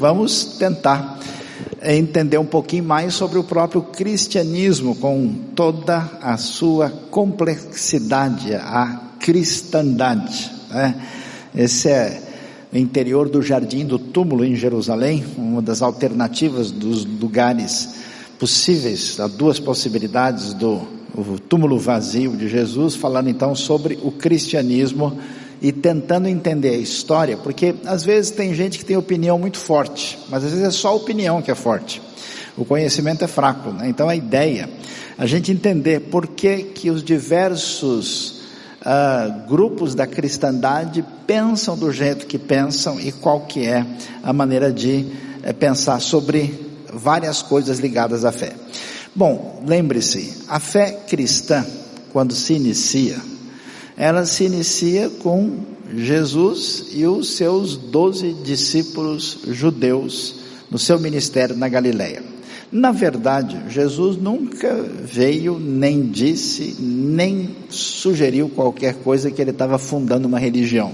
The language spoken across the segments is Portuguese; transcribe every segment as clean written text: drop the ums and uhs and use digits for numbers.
vamos tentar entender um pouquinho mais sobre o próprio cristianismo, com toda a sua complexidade, a cristandade, né? Esse é o interior do Jardim do Túmulo em Jerusalém, uma das alternativas dos lugares possíveis. Há duas possibilidades do túmulo vazio de Jesus, falando então sobre o cristianismo e tentando entender a história, porque às vezes tem gente que tem opinião muito forte, mas às vezes é só a opinião que é forte, o conhecimento é fraco, né? Então a ideia, a gente entender por que os diversos grupos da cristandade pensam do jeito que pensam e qual que é a maneira de pensar sobre várias coisas ligadas à fé. Bom, lembre-se, a fé cristã, quando se inicia, ela se inicia com Jesus e os seus 12 discípulos judeus no seu ministério na Galileia. Na verdade, Jesus nunca veio, nem disse, nem sugeriu qualquer coisa que ele estava fundando uma religião.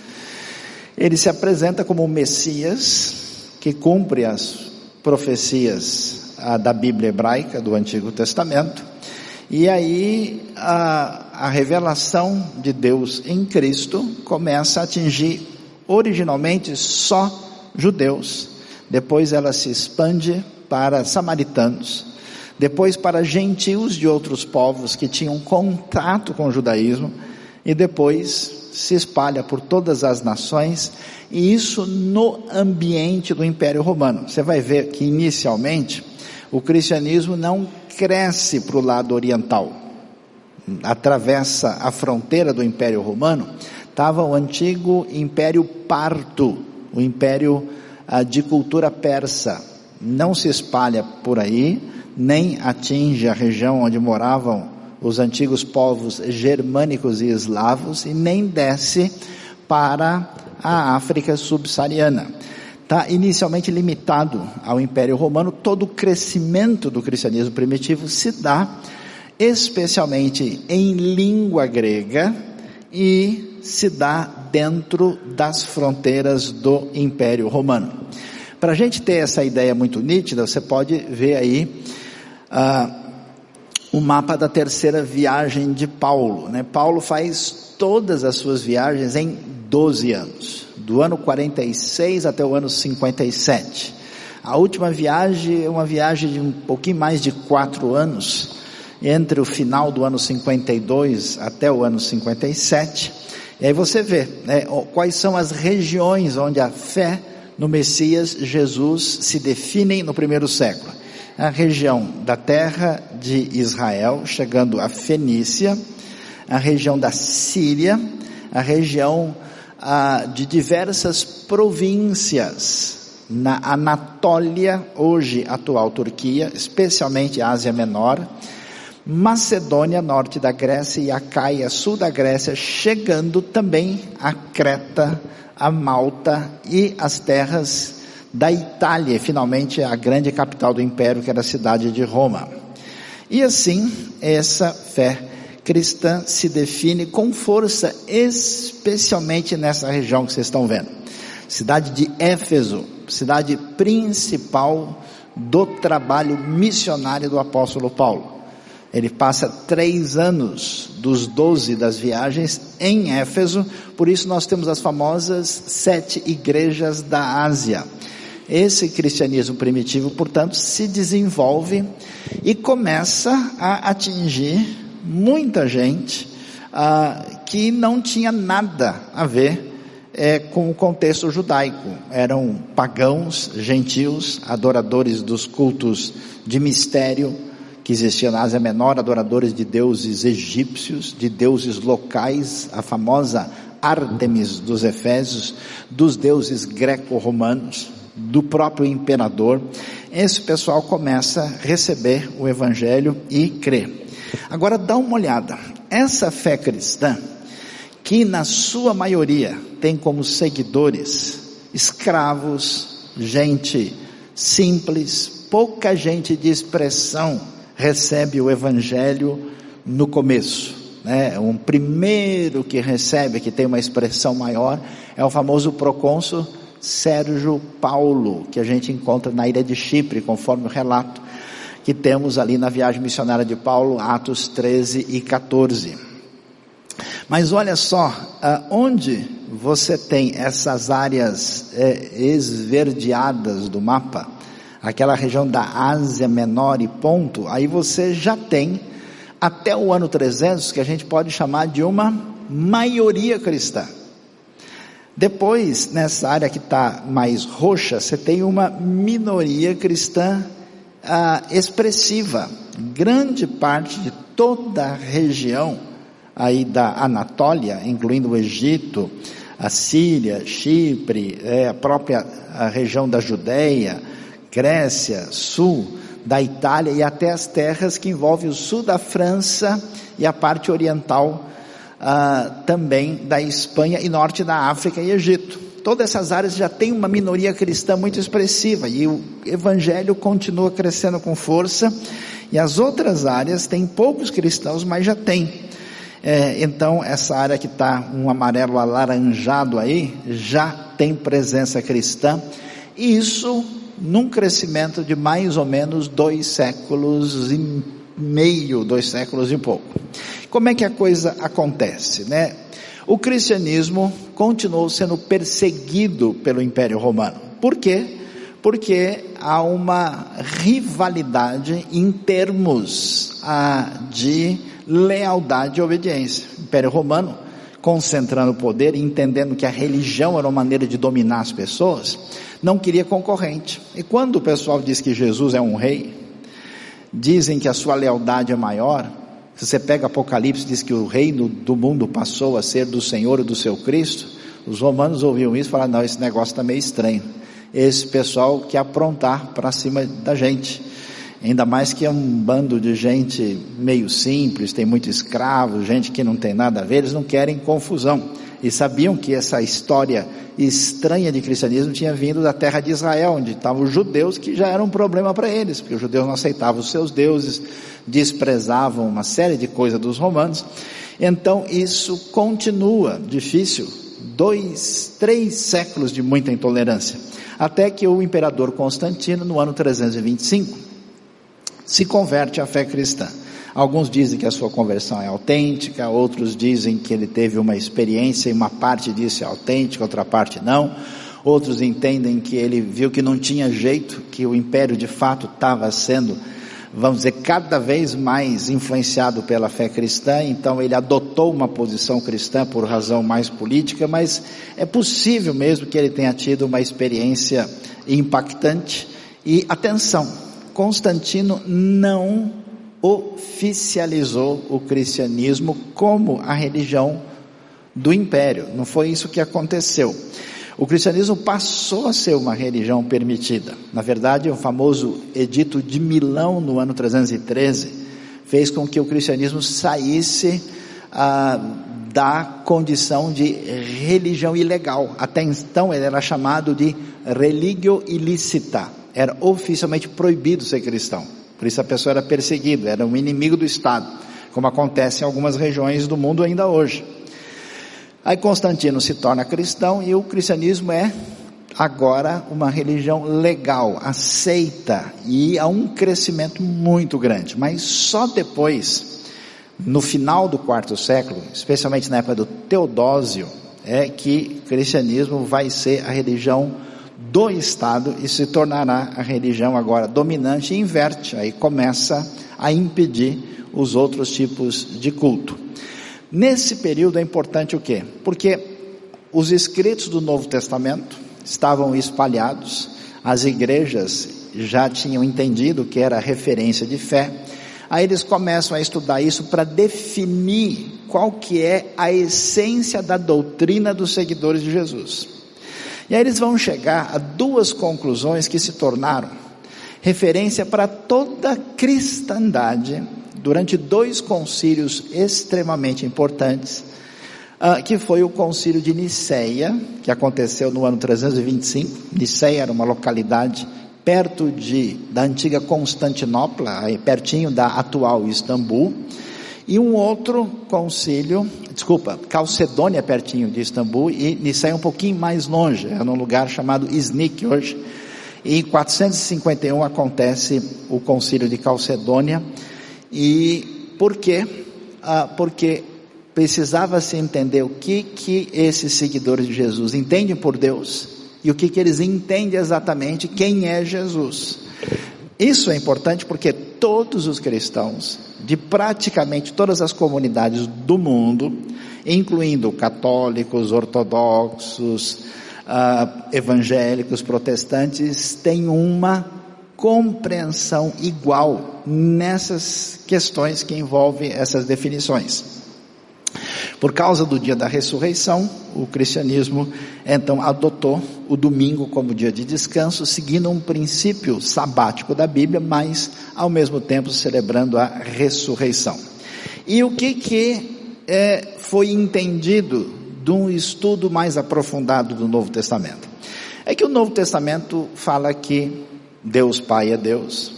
Ele se apresenta como o Messias, que cumpre as profecias da Bíblia hebraica, do Antigo Testamento, e aí a revelação de Deus em Cristo começa a atingir originalmente só judeus, depois ela se expande para samaritanos, depois para gentios de outros povos que tinham contato com o judaísmo, e depois se espalha por todas as nações, e isso no ambiente do Império Romano. Você vai ver que inicialmente o cristianismo não cresce para o lado oriental, atravessa a fronteira do Império Romano, estava o antigo Império Parto, o império de cultura persa, não se espalha por aí, nem atinge a região onde moravam os antigos povos germânicos e eslavos, e nem desce para a África subsaariana. Está inicialmente limitado ao Império Romano. Todo o crescimento do cristianismo primitivo se dá especialmente em língua grega e se dá dentro das fronteiras do Império Romano. Para a gente ter essa ideia muito nítida, você pode ver aí o mapa da terceira viagem de Paulo, né? Paulo faz todas as suas viagens em 12 anos, do ano 46 até o ano 57. A última viagem é uma viagem de um pouquinho mais de 4 anos, entre o final do ano 52 até o ano 57, e aí você vê, né, quais são as regiões onde a fé no Messias Jesus se definem no primeiro século. A região da terra de Israel, chegando à Fenícia, a região da Síria, a região de diversas províncias na Anatólia, hoje atual Turquia, especialmente Ásia Menor, Macedônia, norte da Grécia, e Acaia, sul da Grécia, chegando também a Creta, a Malta e as terras da Itália, e finalmente a grande capital do império, que era a cidade de Roma. E assim, essa fé cristã se define com força, especialmente nessa região que vocês estão vendo. Cidade de Éfeso, cidade principal do trabalho missionário do apóstolo Paulo. Ele passa 3 anos dos 12 das viagens em Éfeso, por isso nós temos as famosas 7 igrejas da Ásia. Esse cristianismo primitivo, portanto, se desenvolve e começa a atingir muita gente que não tinha nada a ver com o contexto judaico. Eram pagãos, gentios, adoradores dos cultos de mistério que existiam na Ásia Menor, adoradores de deuses egípcios, de deuses locais, a famosa Ártemis dos Efésios, dos deuses greco-romanos, do próprio imperador. Esse pessoal começa a receber o evangelho e crer. Agora dá uma olhada, essa fé cristã, que na sua maioria tem como seguidores escravos, gente simples, pouca gente de expressão recebe o evangelho no começo, né? Um primeiro que recebe, que tem uma expressão maior, é o famoso procônsul Sérgio Paulo, que a gente encontra na ilha de Chipre, conforme o relato que temos ali na viagem missionária de Paulo, Atos 13 e 14. Mas olha só, onde você tem essas áreas esverdeadas do mapa, aquela região da Ásia Menor e Ponto, aí você já tem até o ano 300, que a gente pode chamar de uma maioria cristã. Depois, nessa área que está mais roxa, você tem uma minoria cristã expressiva. Grande parte de toda a região aí da Anatólia, incluindo o Egito, a Síria, Chipre, a região da Judéia, Grécia, sul da Itália e até as terras que envolvem o sul da França e a parte oriental também da Espanha e norte da África e Egito. Todas essas áreas já tem uma minoria cristã muito expressiva e o evangelho continua crescendo com força, e as outras áreas têm poucos cristãos, mas já tem. Então essa área que está um amarelo alaranjado aí, já tem presença cristã, e isso num crescimento de mais ou menos 2 séculos e meio, 2 séculos e pouco. Como é que a coisa acontece, né? O cristianismo continuou sendo perseguido pelo Império Romano. Por quê? Porque há uma rivalidade em termos de lealdade e obediência. O Império Romano, concentrando o poder e entendendo que a religião era uma maneira de dominar as pessoas, não queria concorrente. E quando o pessoal diz que Jesus é um rei, dizem que a sua lealdade é maior. Se você pega Apocalipse, diz que o reino do mundo passou a ser do Senhor e do seu Cristo. Os romanos ouviam isso e falaram: não, esse negócio está meio estranho. Esse pessoal quer aprontar para cima da gente. Ainda mais que é um bando de gente meio simples, tem muito escravo, gente que não tem nada a ver, eles não querem confusão. E sabiam que essa história estranha de cristianismo tinha vindo da terra de Israel, onde estavam os judeus, que já era um problema para eles, porque os judeus não aceitavam os seus deuses, desprezavam uma série de coisas dos romanos. Então isso continua difícil, 2, 3 séculos de muita intolerância, até que o imperador Constantino, no ano 325, se converte à fé cristã. Alguns dizem que a sua conversão é autêntica, outros dizem que ele teve uma experiência e uma parte disso é autêntica, outra parte não. Outros entendem que ele viu que não tinha jeito, que o império de fato estava sendo, vamos dizer, cada vez mais influenciado pela fé cristã, então ele adotou uma posição cristã por razão mais política, mas é possível mesmo que ele tenha tido uma experiência impactante. E atenção, Constantino não oficializou o cristianismo como a religião do império. Não foi isso que aconteceu. O cristianismo passou a ser uma religião permitida. Na verdade, o famoso Edito de Milão, no ano 313, fez com que o cristianismo saísse da condição de religião ilegal. Até então ele era chamado de religio illicita. Era oficialmente proibido ser cristão. Por isso a pessoa era perseguida, era um inimigo do Estado, como acontece em algumas regiões do mundo ainda hoje. Aí Constantino se torna cristão e o cristianismo é agora uma religião legal, aceita, e há um crescimento muito grande. Mas só depois, no final do 4º século, especialmente na época do Teodósio, é que o cristianismo vai ser a religião do Estado e se tornará a religião agora dominante, e inverte, aí começa a impedir os outros tipos de culto. Nesse período é importante o quê? Porque os escritos do Novo Testamento estavam espalhados, as igrejas já tinham entendido que era referência de fé, aí eles começam a estudar isso para definir qual que é a essência da doutrina dos seguidores de Jesus. E aí eles vão chegar a 2 conclusões que se tornaram referência para toda a cristandade durante 2 concílios extremamente importantes, que foi o concílio de Niceia, que aconteceu no ano 325. Niceia era uma localidade perto da antiga Constantinopla, aí pertinho da atual Istambul, E um outro concílio, Calcedônia, pertinho de Istambul, e Niceia um pouquinho mais longe, é num lugar chamado Iznik hoje. E em 451 acontece o concílio de Calcedônia. E por quê? Porque precisava se entender o que esses seguidores de Jesus entendem por Deus e o que eles entendem exatamente quem é Jesus. Isso é importante porque todos os cristãos de praticamente todas as comunidades do mundo, incluindo católicos, ortodoxos, evangélicos, protestantes, têm uma compreensão igual nessas questões que envolvem essas definições. Por causa do dia da ressurreição, o cristianismo então adotou o domingo como dia de descanso, seguindo um princípio sabático da Bíblia, mas ao mesmo tempo celebrando a ressurreição. E o que foi entendido de um estudo mais aprofundado do Novo Testamento? É que o Novo Testamento fala que Deus Pai é Deus,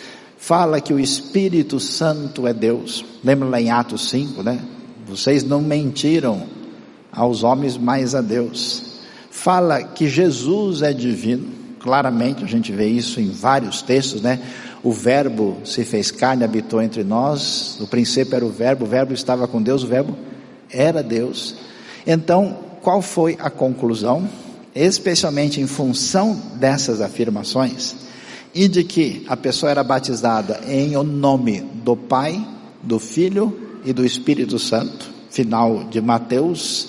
fala que o Espírito Santo é Deus. Lembra lá em Atos 5, né? Vocês não mentiram aos homens, mas a Deus. Fala que Jesus é divino, claramente a gente vê isso em vários textos, né? O verbo se fez carne, habitou entre nós, no princípio era o verbo estava com Deus, o verbo era Deus. Então, qual foi a conclusão? Especialmente em função dessas afirmações, e de que a pessoa era batizada em o nome do Pai, do Filho e do Espírito Santo. Final de Mateus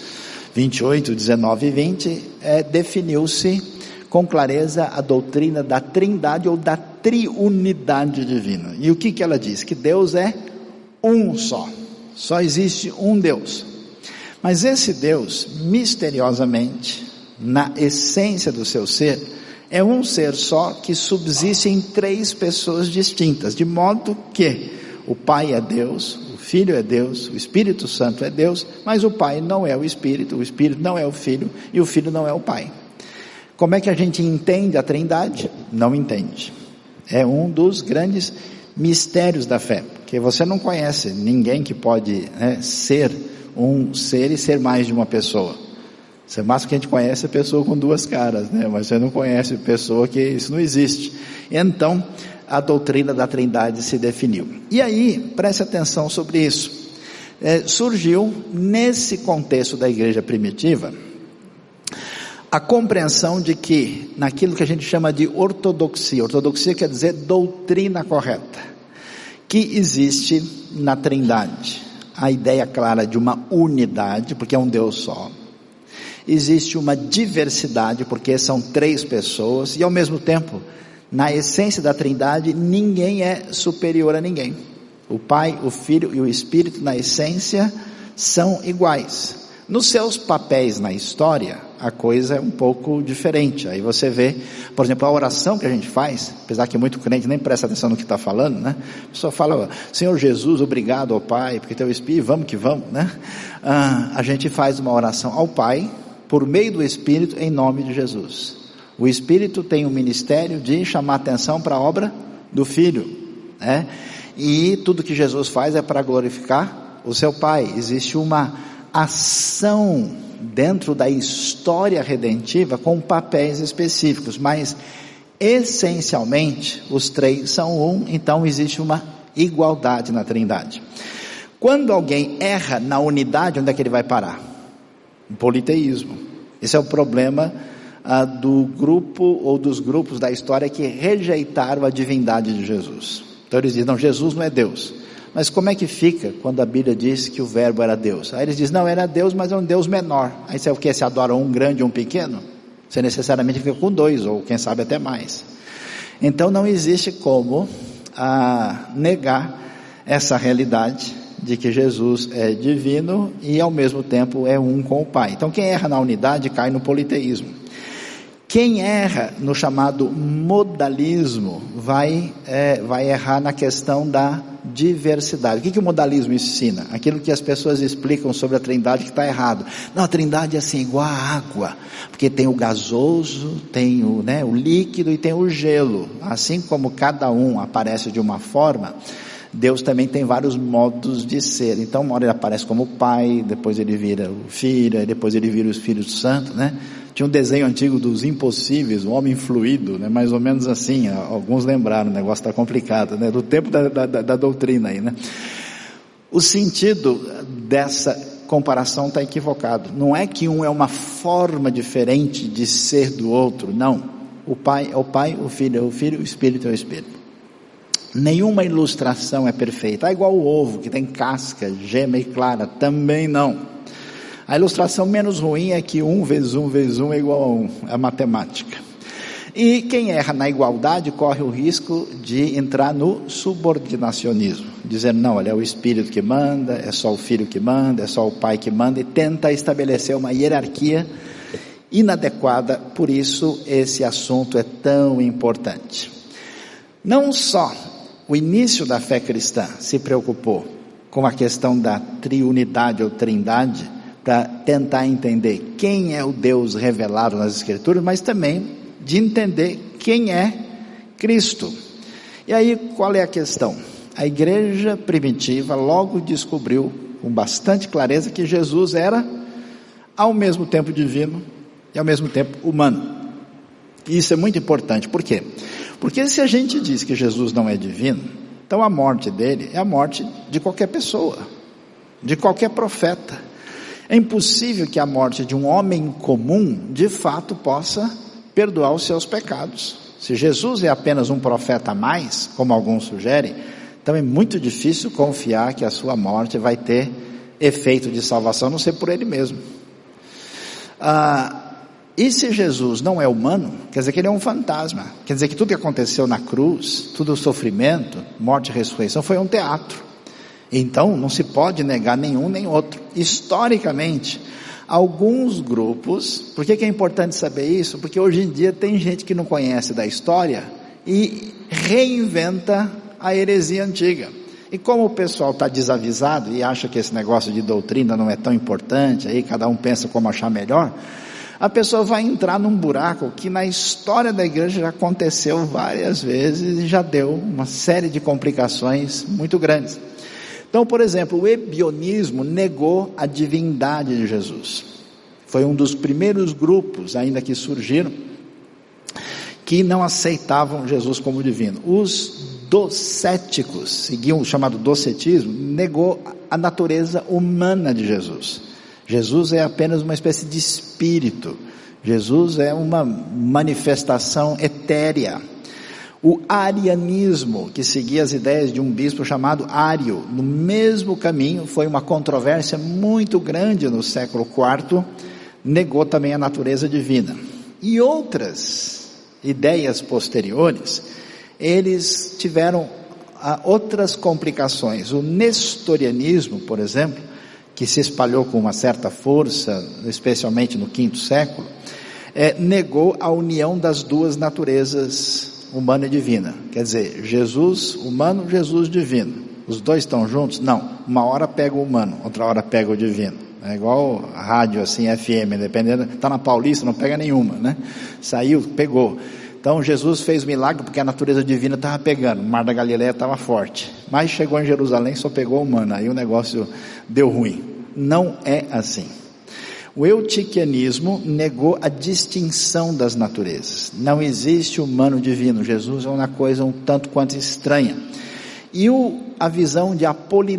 28, 19 e 20, definiu-se com clareza a doutrina da trindade ou da triunidade divina. E o que ela diz? Que Deus é um só existe um Deus. Mas esse Deus, misteriosamente, na essência do seu ser, é um ser só que subsiste em três pessoas distintas, de modo que o Pai é Deus, o Filho é Deus, o Espírito Santo é Deus, mas o Pai não é o Espírito não é o Filho e o Filho não é o Pai. Como é que a gente entende a Trindade? Não entende. É um dos grandes mistérios da fé, porque você não conhece ninguém que pode ser um ser e ser mais de uma pessoa. Você mais que a gente conhece a pessoa com duas caras, né? Mas você não conhece a pessoa que isso não existe. Então, a doutrina da Trindade se definiu. E aí, preste atenção sobre isso. Surgiu, nesse contexto da igreja primitiva, a compreensão de que, naquilo que a gente chama de ortodoxia quer dizer doutrina correta, que existe na Trindade a ideia clara de uma unidade, porque é um Deus só. Existe uma diversidade, porque são três pessoas, e ao mesmo tempo, na essência da Trindade, ninguém é superior a ninguém. O Pai, o Filho e o Espírito, na essência, são iguais. Nos seus papéis na história, a coisa é um pouco diferente. Aí você vê, por exemplo, a oração que a gente faz, apesar que muito crente nem presta atenção no que está falando, né? A pessoa fala, Senhor Jesus, obrigado ao Pai, porque teu Espírito, vamos que vamos, né? A gente faz uma oração ao Pai, por meio do Espírito, em nome de Jesus. O Espírito tem um ministério de chamar atenção para a obra do Filho, né? E tudo que Jesus faz é para glorificar o seu Pai. Existe uma ação dentro da história redentiva com papéis específicos, mas essencialmente os três são um, então existe uma igualdade na Trindade. Quando alguém erra na unidade, onde é que ele vai parar? No politeísmo. Esse é o problema do grupo ou dos grupos da história que rejeitaram a divindade de Jesus. Então eles dizem, não, Jesus não é Deus. Mas como é que fica quando a Bíblia diz que o verbo era Deus? Aí eles dizem, não, era Deus, mas é um Deus menor. Aí você é o que? Você adora um grande e um pequeno? Você necessariamente fica com dois, ou quem sabe até mais. Então não existe como negar essa realidade de que Jesus é divino e ao mesmo tempo é um com o Pai. Então quem erra na unidade cai no politeísmo. Quem erra no chamado modalismo vai errar na questão da diversidade. O que o modalismo ensina? Aquilo que as pessoas explicam sobre a Trindade que está errado. Não, a Trindade é assim, igual a água, porque tem o gasoso, tem o líquido e tem o gelo. Assim como cada um aparece de uma forma, Deus também tem vários modos de ser. Então uma hora ele aparece como Pai, depois ele vira o Filho, depois ele vira o Espírito Santo, né? Tinha um desenho antigo dos Impossíveis, o Homem Fluido, né? Mais ou menos assim, alguns lembraram, o negócio está complicado, né? Do tempo da doutrina aí, né? O sentido dessa comparação está equivocado. Não é que um é uma forma diferente de ser do outro, não. O Pai é o Pai, o Filho é o Filho, o Espírito é o Espírito. Nenhuma ilustração é perfeita. É igual o ovo, que tem casca, gema e clara, também não. A ilustração menos ruim é que 1 vezes 1 vezes 1 é igual a 1, é a matemática. E quem erra na igualdade corre o risco de entrar no subordinacionismo, dizer, não, olha, é o Espírito que manda, é só o Filho que manda, é só o Pai que manda, e tenta estabelecer uma hierarquia inadequada. Por isso esse assunto é tão importante. Não só o início da fé cristã se preocupou com a questão da triunidade ou trindade, para tentar entender quem é o Deus revelado nas Escrituras, mas também de entender quem é Cristo. E aí qual é a questão? A igreja primitiva logo descobriu com bastante clareza que Jesus era ao mesmo tempo divino e ao mesmo tempo humano. E isso é muito importante. Por quê? Porque se a gente diz que Jesus não é divino, então a morte dele é a morte de qualquer pessoa, de qualquer profeta. É impossível que a morte de um homem comum, de fato, possa perdoar os seus pecados. Se Jesus é apenas um profeta a mais, como alguns sugerem, então é muito difícil confiar que a sua morte vai ter efeito de salvação, a não ser por ele mesmo. E se Jesus não é humano, quer dizer que ele é um fantasma. Quer dizer que tudo que aconteceu na cruz, todo o sofrimento, morte e ressurreição, foi um teatro. Então não se pode negar nenhum nem outro. Historicamente, alguns grupos, por que é importante saber isso? Porque hoje em dia tem gente que não conhece da história e reinventa a heresia antiga. E como o pessoal está desavisado e acha que esse negócio de doutrina não é tão importante, aí cada um pensa como achar melhor, a pessoa vai entrar num buraco que na história da igreja já aconteceu várias vezes e já deu uma série de complicações muito grandes. Então, por exemplo, o ebionismo negou a divindade de Jesus. Foi um dos primeiros grupos, ainda que surgiram, que não aceitavam Jesus como divino. Os docéticos, seguiam o chamado docetismo, negou a natureza humana de Jesus. Jesus é apenas uma espécie de espírito. Jesus é uma manifestação etérea. O arianismo, que seguia as ideias de um bispo chamado Ário, no mesmo caminho, foi uma controvérsia muito grande no século IV, negou também a natureza divina. E outras ideias posteriores, eles tiveram outras complicações. O nestorianismo, por exemplo, que se espalhou com uma certa força, especialmente no V século, negou a união das duas naturezas, humana e divina. Quer dizer, Jesus humano, Jesus divino. Os dois estão juntos? Não. Uma hora pega o humano, outra hora pega o divino. É igual a rádio assim, FM, dependendo, está na Paulista, não pega nenhuma, né? Saiu, pegou. Então Jesus fez milagre porque a natureza divina estava pegando, o Mar da Galileia estava forte. Mas chegou em Jerusalém, só pegou o humano, aí o negócio deu ruim. Não é assim. O eutiquianismo negou a distinção das naturezas. Não existe humano divino. Jesus é uma coisa um tanto quanto estranha. E a visão de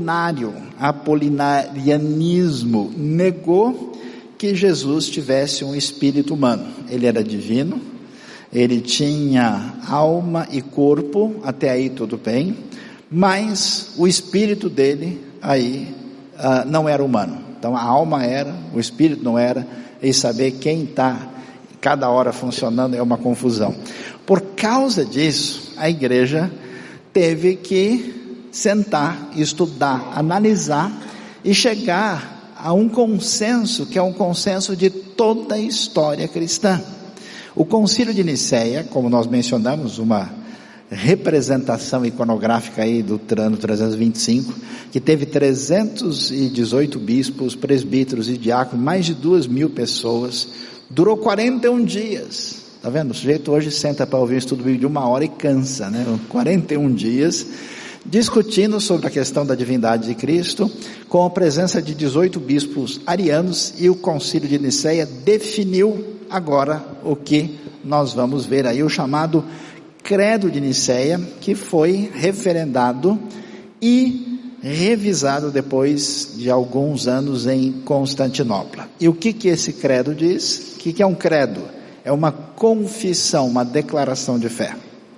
apolinarianismo, negou que Jesus tivesse um espírito humano. Ele era divino, ele tinha alma e corpo, até aí tudo bem, mas o espírito dele aí não era humano. Então a alma era, o espírito não era, e saber quem está cada hora funcionando é uma confusão. Por causa disso, a igreja teve que sentar, estudar, analisar e chegar a um consenso, que é um consenso de toda a história cristã. O Concílio de Nicéia, como nós mencionamos, uma representação iconográfica aí do ano 325, que teve 318 bispos, presbíteros e diáconos, mais de 2.000 pessoas, durou 41 dias, tá vendo? O sujeito hoje senta para ouvir um estudo bíblico de 1 hora e cansa, né? 41 dias, discutindo sobre a questão da divindade de Cristo, com a presença de 18 bispos arianos, e o Concílio de Nicéia definiu agora o que nós vamos ver aí, o chamado Credo de Nicéia, que foi referendado e revisado depois de alguns anos em Constantinopla. E o que esse credo diz? O que é um credo? É uma confissão, uma declaração de fé.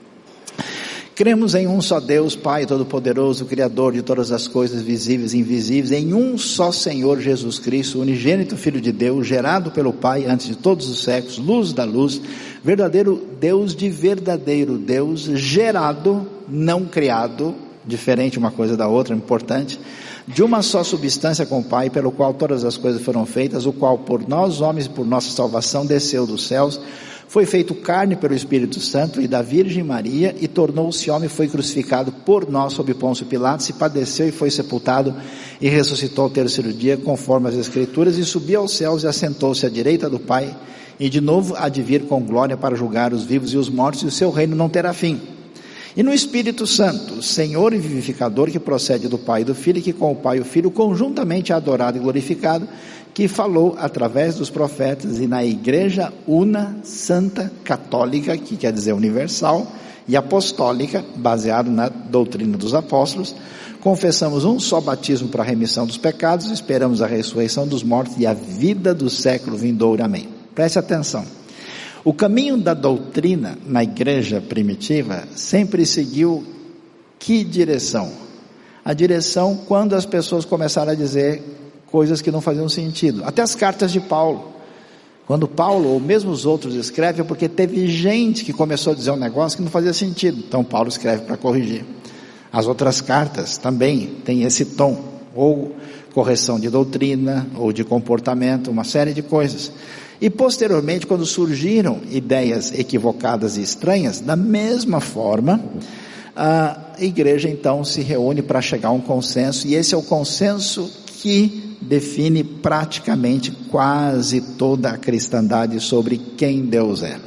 Cremos em um só Deus, Pai Todo-Poderoso, Criador de todas as coisas visíveis e invisíveis, em um só Senhor Jesus Cristo, unigênito Filho de Deus, gerado pelo Pai antes de todos os séculos, luz da luz, verdadeiro Deus de verdadeiro Deus, gerado, não criado, diferente uma coisa da outra, importante, de uma só substância com o Pai, pelo qual todas as coisas foram feitas, o qual por nós homens e por nossa salvação desceu dos céus, foi feito carne pelo Espírito Santo e da Virgem Maria, e tornou-se homem, foi crucificado por nós sob Pôncio Pilatos, e padeceu e foi sepultado, e ressuscitou ao terceiro dia, conforme as Escrituras, e subiu aos céus e assentou-se à direita do Pai, e de novo há de vir com glória para julgar os vivos e os mortos, e o seu reino não terá fim. E no Espírito Santo, Senhor e vivificador, que procede do Pai e do Filho, e que com o Pai e o Filho conjuntamente é adorado e glorificado, que falou através dos profetas, e na Igreja una, santa, católica, que quer dizer universal, e apostólica, baseado na doutrina dos apóstolos, confessamos um só batismo para a remissão dos pecados, esperamos a ressurreição dos mortos e a vida do século vindouro. Amém. Preste atenção. O caminho da doutrina na igreja primitiva sempre seguiu que direção? A direção quando as pessoas começaram a dizer coisas que não faziam sentido. Até as cartas de Paulo. Quando Paulo, ou mesmo os outros, escrevem, é porque teve gente que começou a dizer um negócio que não fazia sentido. Então Paulo escreve para corrigir. As outras cartas também têm esse tom, ou correção de doutrina, ou de comportamento, uma série de coisas. E posteriormente, quando surgiram ideias equivocadas e estranhas, da mesma forma, a igreja então se reúne para chegar a um consenso, e esse é o consenso que define praticamente quase toda a cristandade sobre quem Deus é.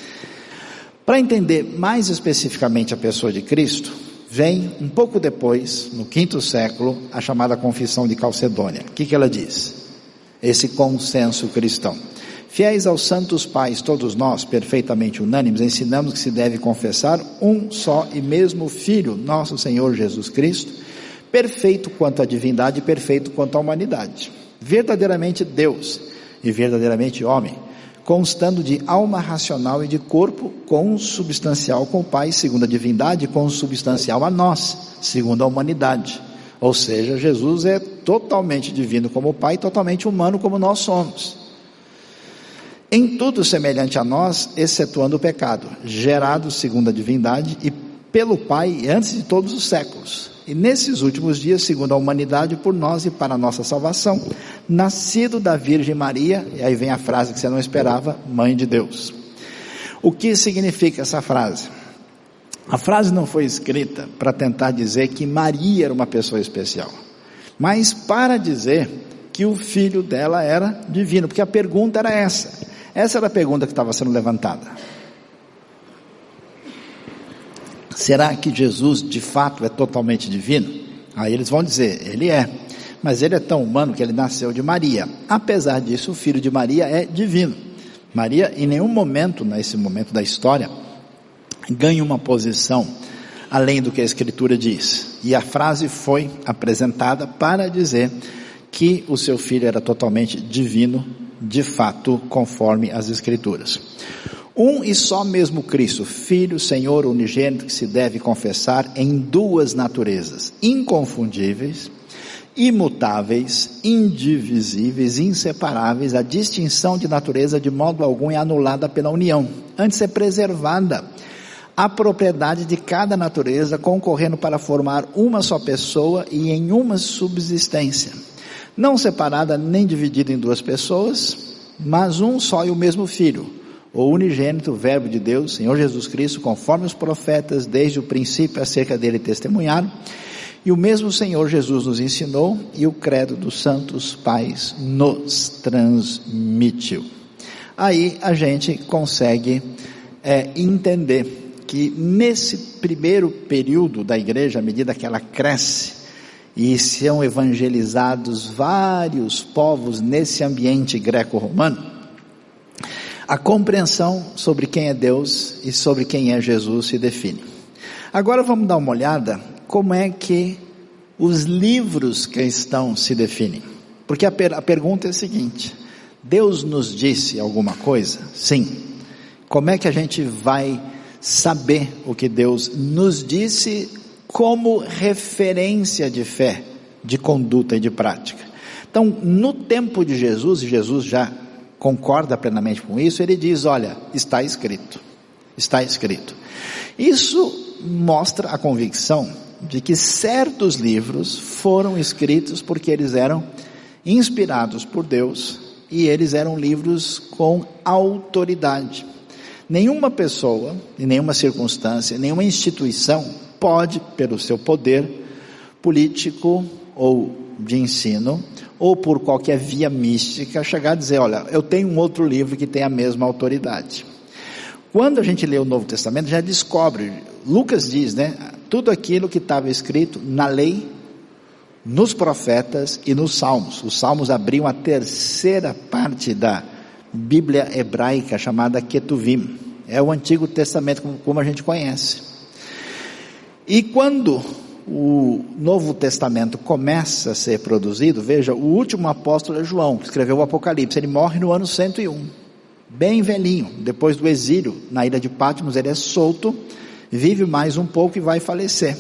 Para entender mais especificamente a pessoa de Cristo, vem um pouco depois, no 5º século, a chamada Confissão de Calcedônia. O que ela diz? Esse consenso cristão. Fiéis aos santos pais, todos nós, perfeitamente unânimes, ensinamos que se deve confessar um só e mesmo Filho, nosso Senhor Jesus Cristo, perfeito quanto à divindade e perfeito quanto à humanidade, verdadeiramente Deus e verdadeiramente homem, constando de alma racional e de corpo consubstancial com o Pai, segundo a divindade, consubstancial a nós, segundo a humanidade. Ou seja, Jesus é totalmente divino como o Pai, totalmente humano como nós somos. Em tudo semelhante a nós, excetuando o pecado, gerado segundo a divindade e pelo Pai antes de todos os séculos. E nesses últimos dias, segundo a humanidade, por nós e para a nossa salvação, nascido da Virgem Maria, e aí vem a frase que você não esperava, Mãe de Deus. O que significa essa frase? A frase não foi escrita para tentar dizer que Maria era uma pessoa especial, mas para dizer que o filho dela era divino, porque a pergunta era essa. Essa era a pergunta que estava sendo levantada. Será que Jesus de fato é totalmente divino? Aí eles vão dizer, ele é, mas ele é tão humano que ele nasceu de Maria. Apesar disso, o filho de Maria é divino. Maria, em nenhum momento, nesse momento da história, ganha uma posição além do que a Escritura diz. E a frase foi apresentada para dizer que o seu filho era totalmente divino, de fato, conforme as Escrituras. Um e só mesmo Cristo, Filho, Senhor, unigênito, que se deve confessar em duas naturezas, inconfundíveis, imutáveis, indivisíveis, inseparáveis. A distinção de natureza de modo algum é anulada pela união. Antes é preservada a propriedade de cada natureza, concorrendo para formar uma só pessoa e em uma subsistência, não separada nem dividida em duas pessoas, mas um só e o mesmo Filho, o unigênito Verbo de Deus, Senhor Jesus Cristo, conforme os profetas desde o princípio acerca dele testemunharam, e o mesmo Senhor Jesus nos ensinou, e o credo dos santos pais nos transmitiu. Aí a gente consegue entender que nesse primeiro período da igreja, à medida que ela cresce, e são evangelizados vários povos nesse ambiente greco-romano, a compreensão sobre quem é Deus e sobre quem é Jesus se define. Agora vamos dar uma olhada como é que os livros cristãos se definem. Porque a pergunta é a seguinte: Deus nos disse alguma coisa? Sim. Como é que a gente vai saber o que Deus nos disse como referência de fé, de conduta e de prática? Então, no tempo de Jesus, e Jesus já concorda plenamente com isso, ele diz: olha, está escrito, está escrito. Isso mostra a convicção de que certos livros foram escritos porque eles eram inspirados por Deus e eles eram livros com autoridade. Nenhuma pessoa, em nenhuma circunstância, nenhuma instituição pode, pelo seu poder político ou de ensino, ou por qualquer via mística, chegar a dizer: olha, eu tenho um outro livro que tem a mesma autoridade. Quando a gente lê o Novo Testamento, já descobre, Lucas diz, né, tudo aquilo que estava escrito na lei, nos profetas e nos salmos. Os salmos abriam a terceira parte da Bíblia hebraica, chamada Ketuvim. É o Antigo Testamento como a gente conhece. E quando o Novo Testamento começa a ser produzido, veja, o último apóstolo é João, que escreveu o Apocalipse. Ele morre no ano 101, bem velhinho, depois do exílio na ilha de Patmos. Ele é solto, vive mais um pouco e vai falecer.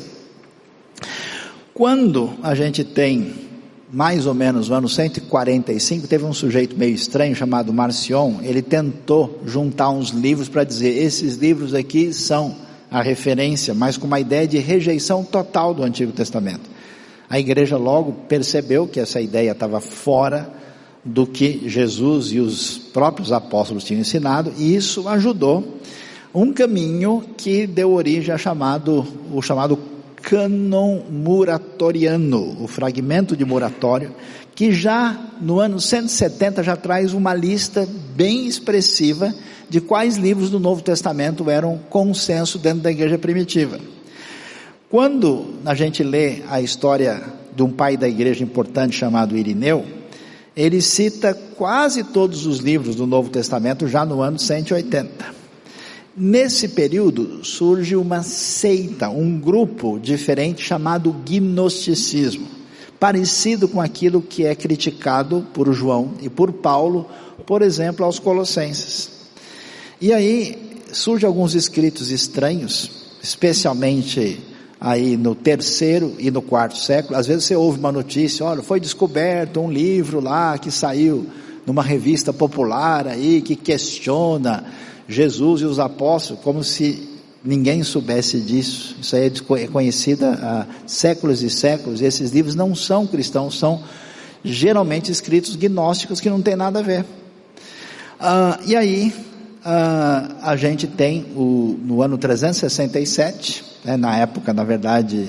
Quando a gente tem mais ou menos no ano 145, teve um sujeito meio estranho chamado Marcion. Ele tentou juntar uns livros para dizer: esses livros aqui são a referência, mas com uma ideia de rejeição total do Antigo Testamento. A igreja logo percebeu que essa ideia estava fora do que Jesus e os próprios apóstolos tinham ensinado, e isso ajudou um caminho que deu origem o chamado cânon muratoriano, o fragmento de Muratório, que já no ano 170 já traz uma lista bem expressiva de quais livros do Novo Testamento eram consenso dentro da igreja primitiva. Quando a gente lê a história de um pai da igreja importante chamado Irineu, ele cita quase todos os livros do Novo Testamento já no ano 180. Nesse período surge uma seita, um grupo diferente chamado gnosticismo, parecido com aquilo que é criticado por João e por Paulo, por exemplo, aos Colossenses. E aí surgem alguns escritos estranhos, especialmente aí no 3º e no 4º século. Às vezes você ouve uma notícia: olha, foi descoberto um livro lá que saiu numa revista popular aí, que questiona Jesus e os apóstolos, como se ninguém soubesse disso. Isso aí é conhecido há séculos e séculos, e esses livros não são cristãos, são geralmente escritos gnósticos que não tem nada a ver. E aí, a gente tem no ano 367, na época, na verdade,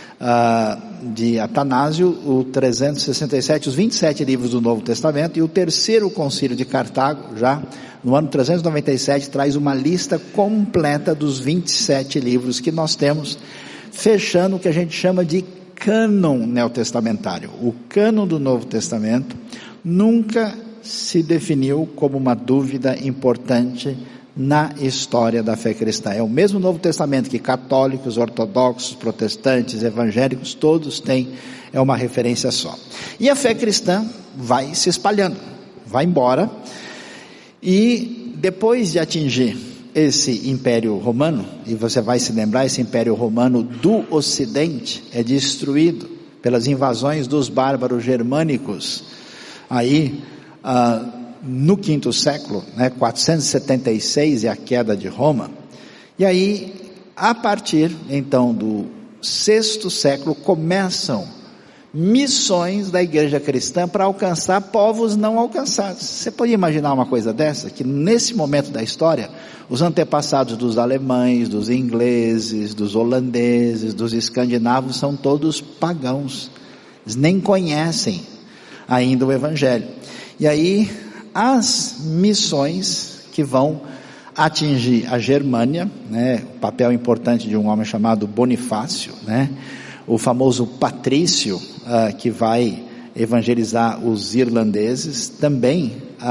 de Atanásio, o 367, os 27 livros do Novo Testamento, e o 3º concílio de Cartago, já no ano 397, traz uma lista completa dos 27 livros que nós temos, fechando o que a gente chama de cânon neotestamentário. O cânon do Novo Testamento nunca se definiu como uma dúvida importante na história da fé cristã. É o mesmo Novo Testamento que católicos, ortodoxos, protestantes, evangélicos, todos têm, é uma referência só. E a fé cristã vai se espalhando, vai embora, e depois de atingir esse Império Romano, e você vai se lembrar, esse Império Romano do Ocidente é destruído pelas invasões dos bárbaros germânicos, aí no 5º século, 476 é a queda de Roma. E aí, a partir então do 6º século, começam missões da igreja cristã para alcançar povos não alcançados. Você pode imaginar uma coisa dessa? Que nesse momento da história, os antepassados dos alemães, dos ingleses, dos holandeses, dos escandinavos são todos pagãos. Eles nem conhecem ainda o evangelho. E aí, as missões que vão atingir a Germânia, né, o papel importante de um homem chamado Bonifácio, né, o famoso Patrício, que vai evangelizar os irlandeses, também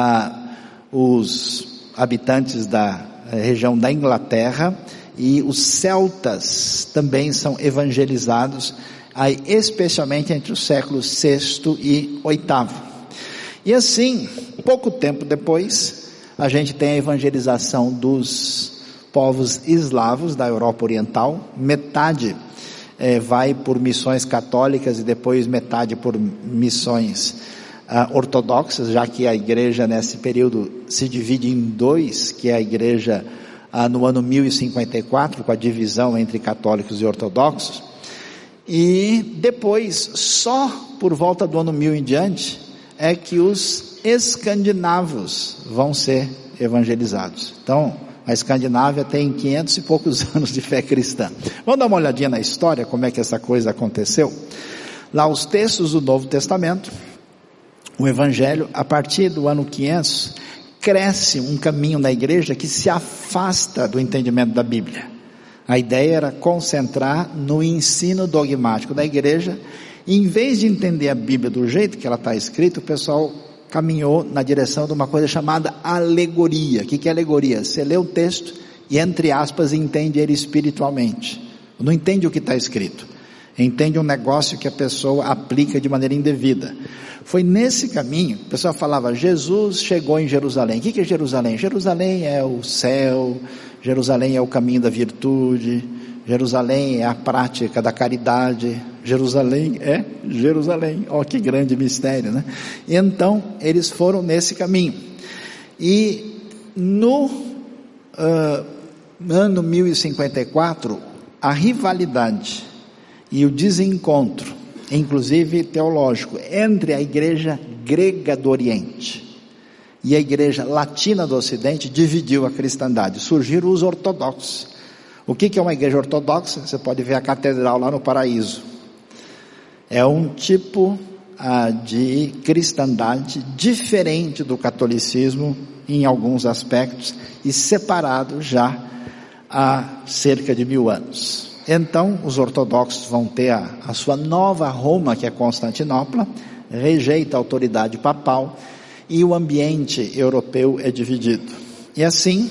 os habitantes da região da Inglaterra, e os celtas também são evangelizados, aí, especialmente entre os séculos VI e VIII. E assim, pouco tempo depois, a gente tem a evangelização dos povos eslavos da Europa Oriental. Metade vai por missões católicas e depois metade por missões ortodoxas, já que a igreja nesse período se divide em dois, que é a igreja no ano 1054, com a divisão entre católicos e ortodoxos. E depois, só por volta do ano 1000 em diante, é que os escandinavos vão ser evangelizados. Então, a Escandinávia tem 500 e poucos anos de fé cristã. Vamos dar uma olhadinha na história, como é que essa coisa aconteceu. Lá os textos do Novo Testamento, o Evangelho, a partir do ano 500, cresce um caminho na igreja que se afasta do entendimento da Bíblia. A ideia era concentrar no ensino dogmático da igreja, e em vez de entender a Bíblia do jeito que ela está escrita, o pessoal caminhou na direção de uma coisa chamada alegoria. O que é alegoria? Você lê o texto e, entre aspas, entende ele espiritualmente. Não entende o que está escrito, entende um negócio que a pessoa aplica de maneira indevida. Foi nesse caminho, o pessoal falava, Jesus chegou em Jerusalém. O que é Jerusalém? Jerusalém é o céu, Jerusalém é o caminho da virtude, Jerusalém é a prática da caridade, Jerusalém é Jerusalém. Ó, que grande mistério, né? E então, eles foram nesse caminho. E no ano 1054, a rivalidade e o desencontro, inclusive teológico, entre a igreja grega do Oriente e a igreja latina do Ocidente, dividiu a cristandade. Surgiram os ortodoxos. O que é uma igreja ortodoxa? Você pode ver a catedral lá no Paraíso. É um tipo de cristandade diferente do catolicismo em alguns aspectos e separado já há cerca de 1000 anos. Então, os ortodoxos vão ter a sua nova Roma, que é Constantinopla, rejeita a autoridade papal, e o ambiente europeu é dividido. E assim,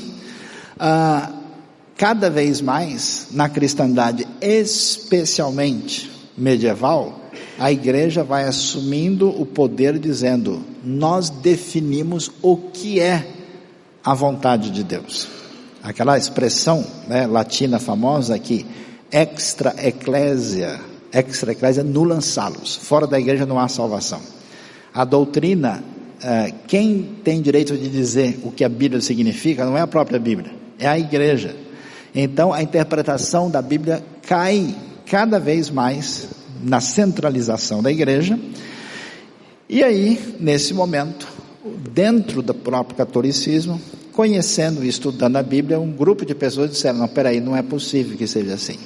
cada vez mais, na cristandade, especialmente medieval, a igreja vai assumindo o poder dizendo, nós definimos o que é a vontade de Deus. Aquela expressão, né, latina famosa que extra ecclesia nullum salus, fora da igreja não há salvação. A doutrina, quem tem direito de dizer o que a Bíblia significa, não é a própria Bíblia, é a igreja. Então a interpretação da Bíblia cai cada vez mais na centralização da igreja, e aí, nesse momento, dentro do próprio catolicismo, conhecendo e estudando a Bíblia, um grupo de pessoas disseram, não, peraí, não é possível que seja assim.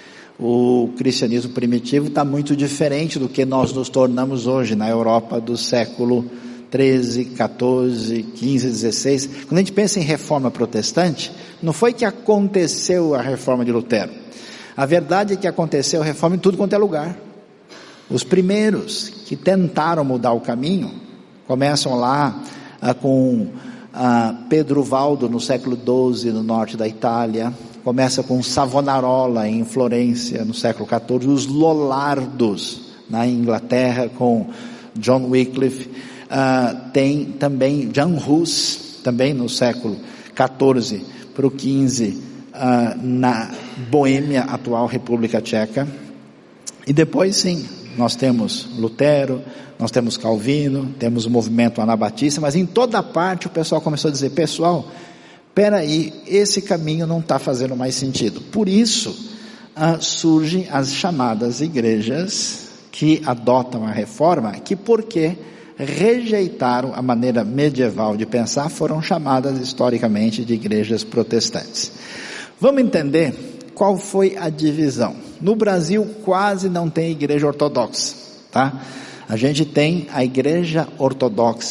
O cristianismo primitivo está muito diferente do que nós nos tornamos hoje na Europa do século 13, 14, 15, 16. Quando a gente pensa em reforma protestante, não foi que aconteceu a reforma de Lutero. A verdade é que aconteceu a reforma em tudo quanto é lugar. Os primeiros que tentaram mudar o caminho, começam lá com Pedro Valdo no século XII no norte da Itália, começa com Savonarola em Florença no século XIV, os Lollardos na Inglaterra com John Wycliffe, tem também Jan Hus, também no século XIV para o XV, na Boêmia, atual República Tcheca. E depois sim, nós temos Lutero, nós temos Calvino, temos o movimento anabatista, mas em toda parte o pessoal começou a dizer, pessoal, peraí, esse caminho não está fazendo mais sentido. Por isso, surgem as chamadas igrejas que adotam a reforma, que porque rejeitaram a maneira medieval de pensar, foram chamadas historicamente de igrejas protestantes. Vamos entender qual foi a divisão. No Brasil quase não tem igreja ortodoxa, tá? A gente tem a igreja ortodoxa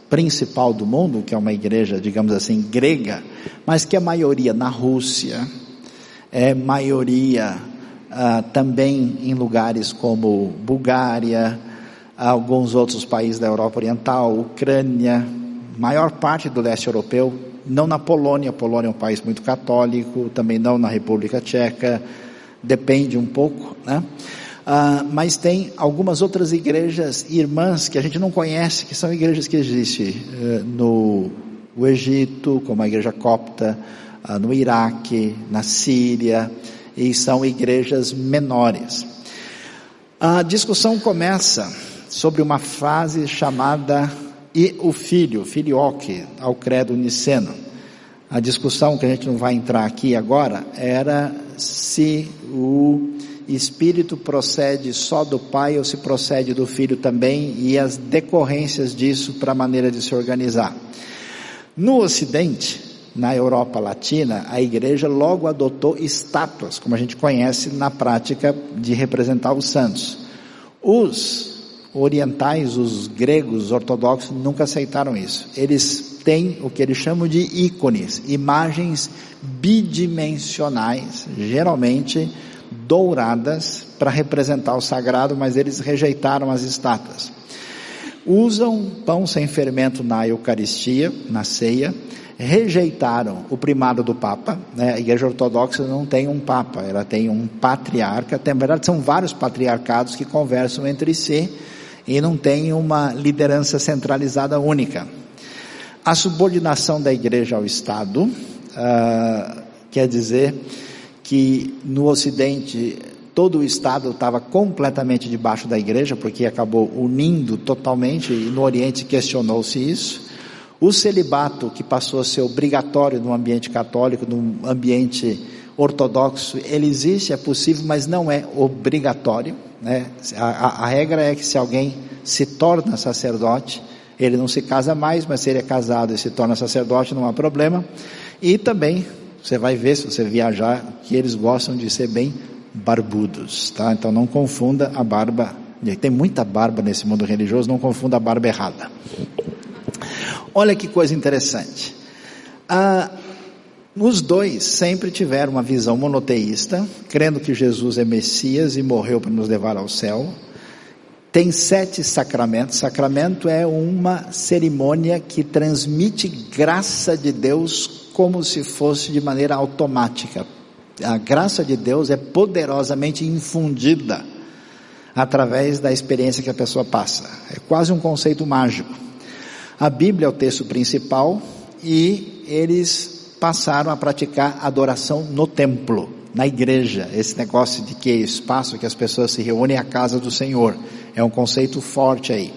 principal do mundo, que é uma igreja, digamos assim, grega, mas que é maioria na Rússia, é maioria também em lugares como Bulgária, alguns outros países da Europa Oriental, Ucrânia, maior parte do leste europeu, não na Polônia. A Polônia é um país muito católico, também não na República Tcheca, depende um pouco, né? Mas tem algumas outras igrejas irmãs que a gente não conhece, que são igrejas que existem no Egito, como a igreja copta, no Iraque, na Síria, e são igrejas menores. A discussão começa sobre uma frase chamada "e o filho", filioque, ao credo niceno. A discussão, que a gente não vai entrar aqui agora, era se o Espírito procede só do Pai ou se procede do Filho também, e as decorrências disso para a maneira de se organizar. No Ocidente, na Europa Latina, a igreja logo adotou estátuas, como a gente conhece na prática de representar os santos. Os orientais, os gregos, os ortodoxos, nunca aceitaram isso. Eles têm o que eles chamam de ícones, imagens bidimensionais, geralmente douradas, para representar o sagrado, mas eles rejeitaram as estátuas. Usam pão sem fermento na Eucaristia, na ceia. Rejeitaram o primado do Papa, né? A igreja ortodoxa não tem um Papa, ela tem um patriarca. Na verdade são vários patriarcados que conversam entre si e não tem uma liderança centralizada única. A subordinação da igreja ao Estado, quer dizer que no Ocidente todo o Estado estava completamente debaixo da igreja, porque acabou unindo totalmente, e no Oriente questionou-se isso. O celibato, que passou a ser obrigatório no ambiente católico, no ambiente ortodoxo, ele existe, é possível, mas não é obrigatório, né? A regra é que se alguém se torna sacerdote, ele não se casa mais, mas se ele é casado e se torna sacerdote, não há problema. E também, você vai ver, se você viajar, que eles gostam de ser bem barbudos, tá? Então não confunda a barba, tem muita barba nesse mundo religioso, não confunda a barba errada. Olha que coisa interessante. Os dois sempre tiveram uma visão monoteísta, crendo que Jesus é Messias e morreu para nos levar ao céu. Tem 7 sacramentos. Sacramento é uma cerimônia que transmite graça de Deus como se fosse de maneira automática. A graça de Deus é poderosamente infundida através da experiência que a pessoa passa. É quase um conceito mágico. A Bíblia é o texto principal e eles passaram a praticar adoração no templo, na igreja. Esse negócio de que é espaço que as pessoas se reúnem à casa do Senhor. É um conceito forte aí.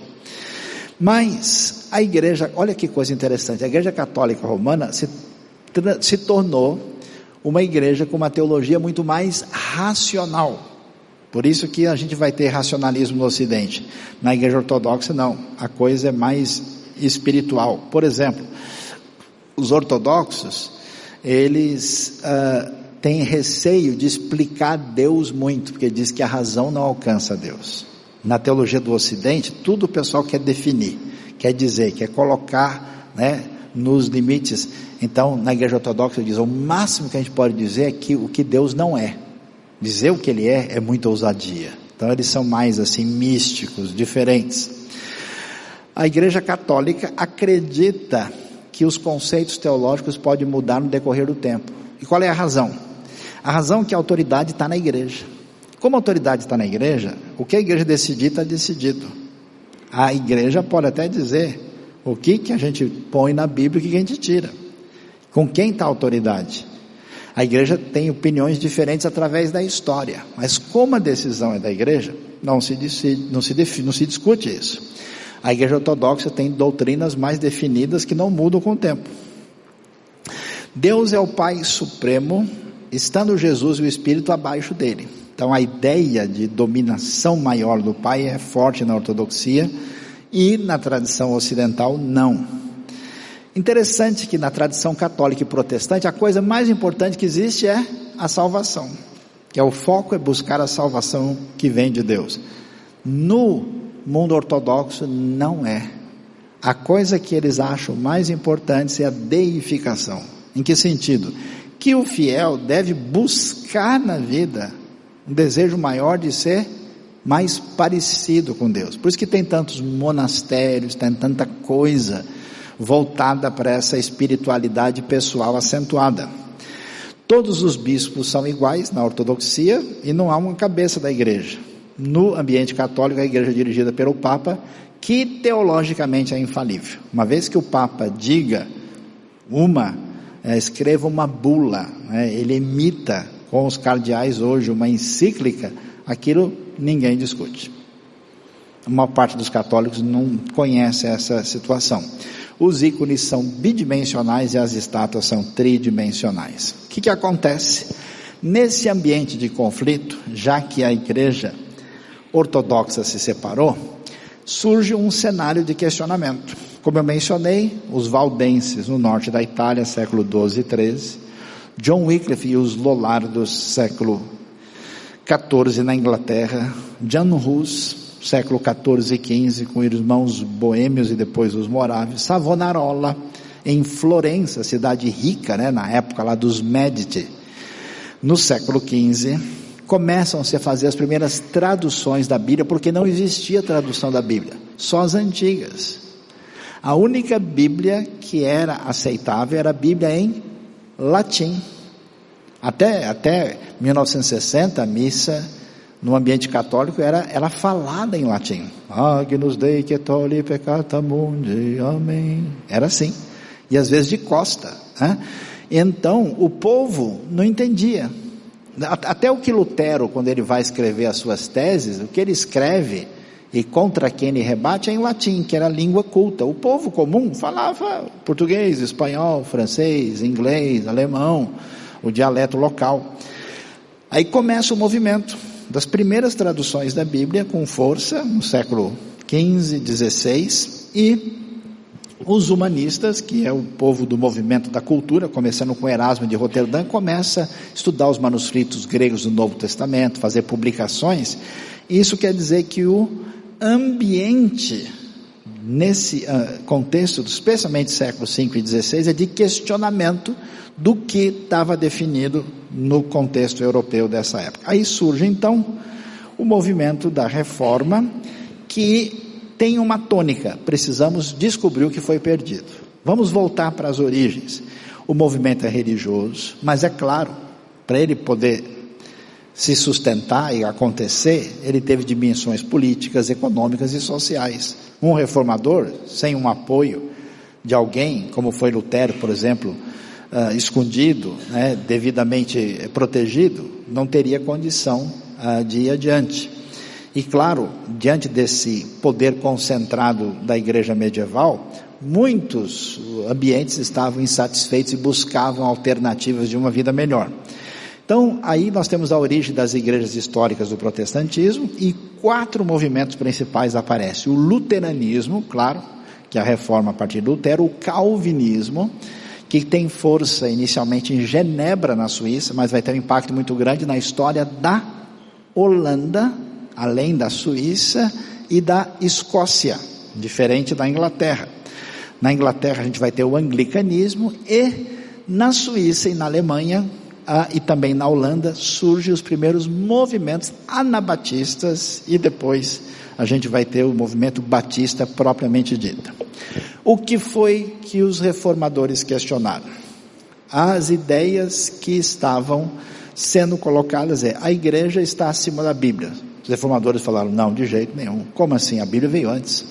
Mas a igreja, olha que coisa interessante, a igreja católica romana se tornou uma igreja com uma teologia muito mais racional. Por isso que a gente vai ter racionalismo no Ocidente. Na igreja ortodoxa não, a coisa é mais espiritual. Por exemplo, os ortodoxos, eles têm receio de explicar Deus muito, porque diz que a razão não alcança Deus. Na teologia do Ocidente, tudo o pessoal quer definir, quer dizer, quer colocar, né, nos limites. Então, na igreja ortodoxa diz, o máximo que a gente pode dizer é que o que Deus não é. Dizer o que Ele é muita ousadia. Então, eles são mais assim, místicos, diferentes. A igreja católica acredita que os conceitos teológicos podem mudar no decorrer do tempo. E qual é a razão? A razão é que a autoridade está na igreja. Como a autoridade está na igreja, o que a igreja decidir está decidido. A igreja pode até dizer o que a gente põe na Bíblia e o que a gente tira. Com quem está a autoridade? A igreja tem opiniões diferentes através da história, mas como a decisão é da igreja, não se discute isso. A igreja ortodoxa tem doutrinas mais definidas que não mudam com o tempo. Deus é o Pai Supremo, estando Jesus e o Espírito abaixo dele. Então a ideia de dominação maior do Pai é forte na ortodoxia e na tradição ocidental não. Interessante que na tradição católica e protestante a coisa mais importante que existe é a salvação, que é o foco, é buscar a salvação que vem de Deus. No mundo ortodoxo não é. A coisa que eles acham mais importante é a deificação. Em que sentido? Que o fiel deve buscar na vida um desejo maior de ser mais parecido com Deus. Por isso que tem tantos monastérios, tem tanta coisa voltada para essa espiritualidade pessoal acentuada. Todos os bispos são iguais na ortodoxia e não há uma cabeça da igreja. No ambiente católico, a igreja é dirigida pelo Papa, que teologicamente é infalível. Uma vez que o Papa diga escreva uma bula, ele emita com os cardeais hoje uma encíclica, aquilo ninguém discute. A maior parte dos católicos não conhece essa situação. Os ícones são bidimensionais e as estátuas são tridimensionais. O que acontece? Nesse ambiente de conflito, já que a igreja ortodoxa se separou, surge um cenário de questionamento. Como eu mencionei, os valdenses no norte da Itália, século XII e XIII, John Wycliffe e os Lollardos, século XIV na Inglaterra, Jan Hus, século XIV e XV, com irmãos boêmios e depois os morávios, Savonarola, em Florença, cidade rica, na época lá dos Médici, no século XV, começam-se a fazer as primeiras traduções da Bíblia, porque não existia tradução da Bíblia, só as antigas. A única Bíblia que era aceitável era a Bíblia em latim. Até 1960, a missa no ambiente católico era falada em latim. Agnus Dei que tolli peccata mundi, amém. Era assim, e às vezes de costa, Então o povo não entendia. Até o que Lutero, quando ele vai escrever as suas teses, o que ele escreve e contra quem ele rebate é em latim, que era a língua culta. O povo comum falava português, espanhol, francês, inglês, alemão, o dialeto local. Aí começa o movimento das primeiras traduções da Bíblia com força, no século XV, XVI, e os humanistas, que é o povo do movimento da cultura, começando com Erasmo de Roterdã, começa a estudar os manuscritos gregos do Novo Testamento, fazer publicações. Isso quer dizer que o ambiente nesse contexto, especialmente século V e XVI, é de questionamento do que estava definido no contexto europeu dessa época. Aí surge então o movimento da reforma, que tem uma tônica: precisamos descobrir o que foi perdido, vamos voltar para as origens. O movimento é religioso, mas é claro, para ele poder se sustentar e acontecer, ele teve dimensões políticas, econômicas e sociais. Um reformador, sem um apoio de alguém, como foi Lutero, por exemplo, escondido, devidamente protegido, não teria condição de ir adiante. E claro, diante desse poder concentrado da igreja medieval, muitos ambientes estavam insatisfeitos e buscavam alternativas de uma vida melhor. Então, aí nós temos a origem das igrejas históricas do protestantismo, e 4 movimentos principais aparecem. O luteranismo, claro, que é a reforma a partir de Lutero. O calvinismo, que tem força inicialmente em Genebra, na Suíça, mas vai ter um impacto muito grande na história da Holanda, além da Suíça e da Escócia, diferente da Inglaterra. Na Inglaterra a gente vai ter o anglicanismo, e na Suíça e na Alemanha e também na Holanda surgem os primeiros movimentos anabatistas, e depois a gente vai ter o movimento batista propriamente dito. O que foi que os reformadores questionaram? As ideias que estavam sendo colocadas a igreja está acima da Bíblia. Os reformadores falaram: não, de jeito nenhum. Como assim? A Bíblia veio antes.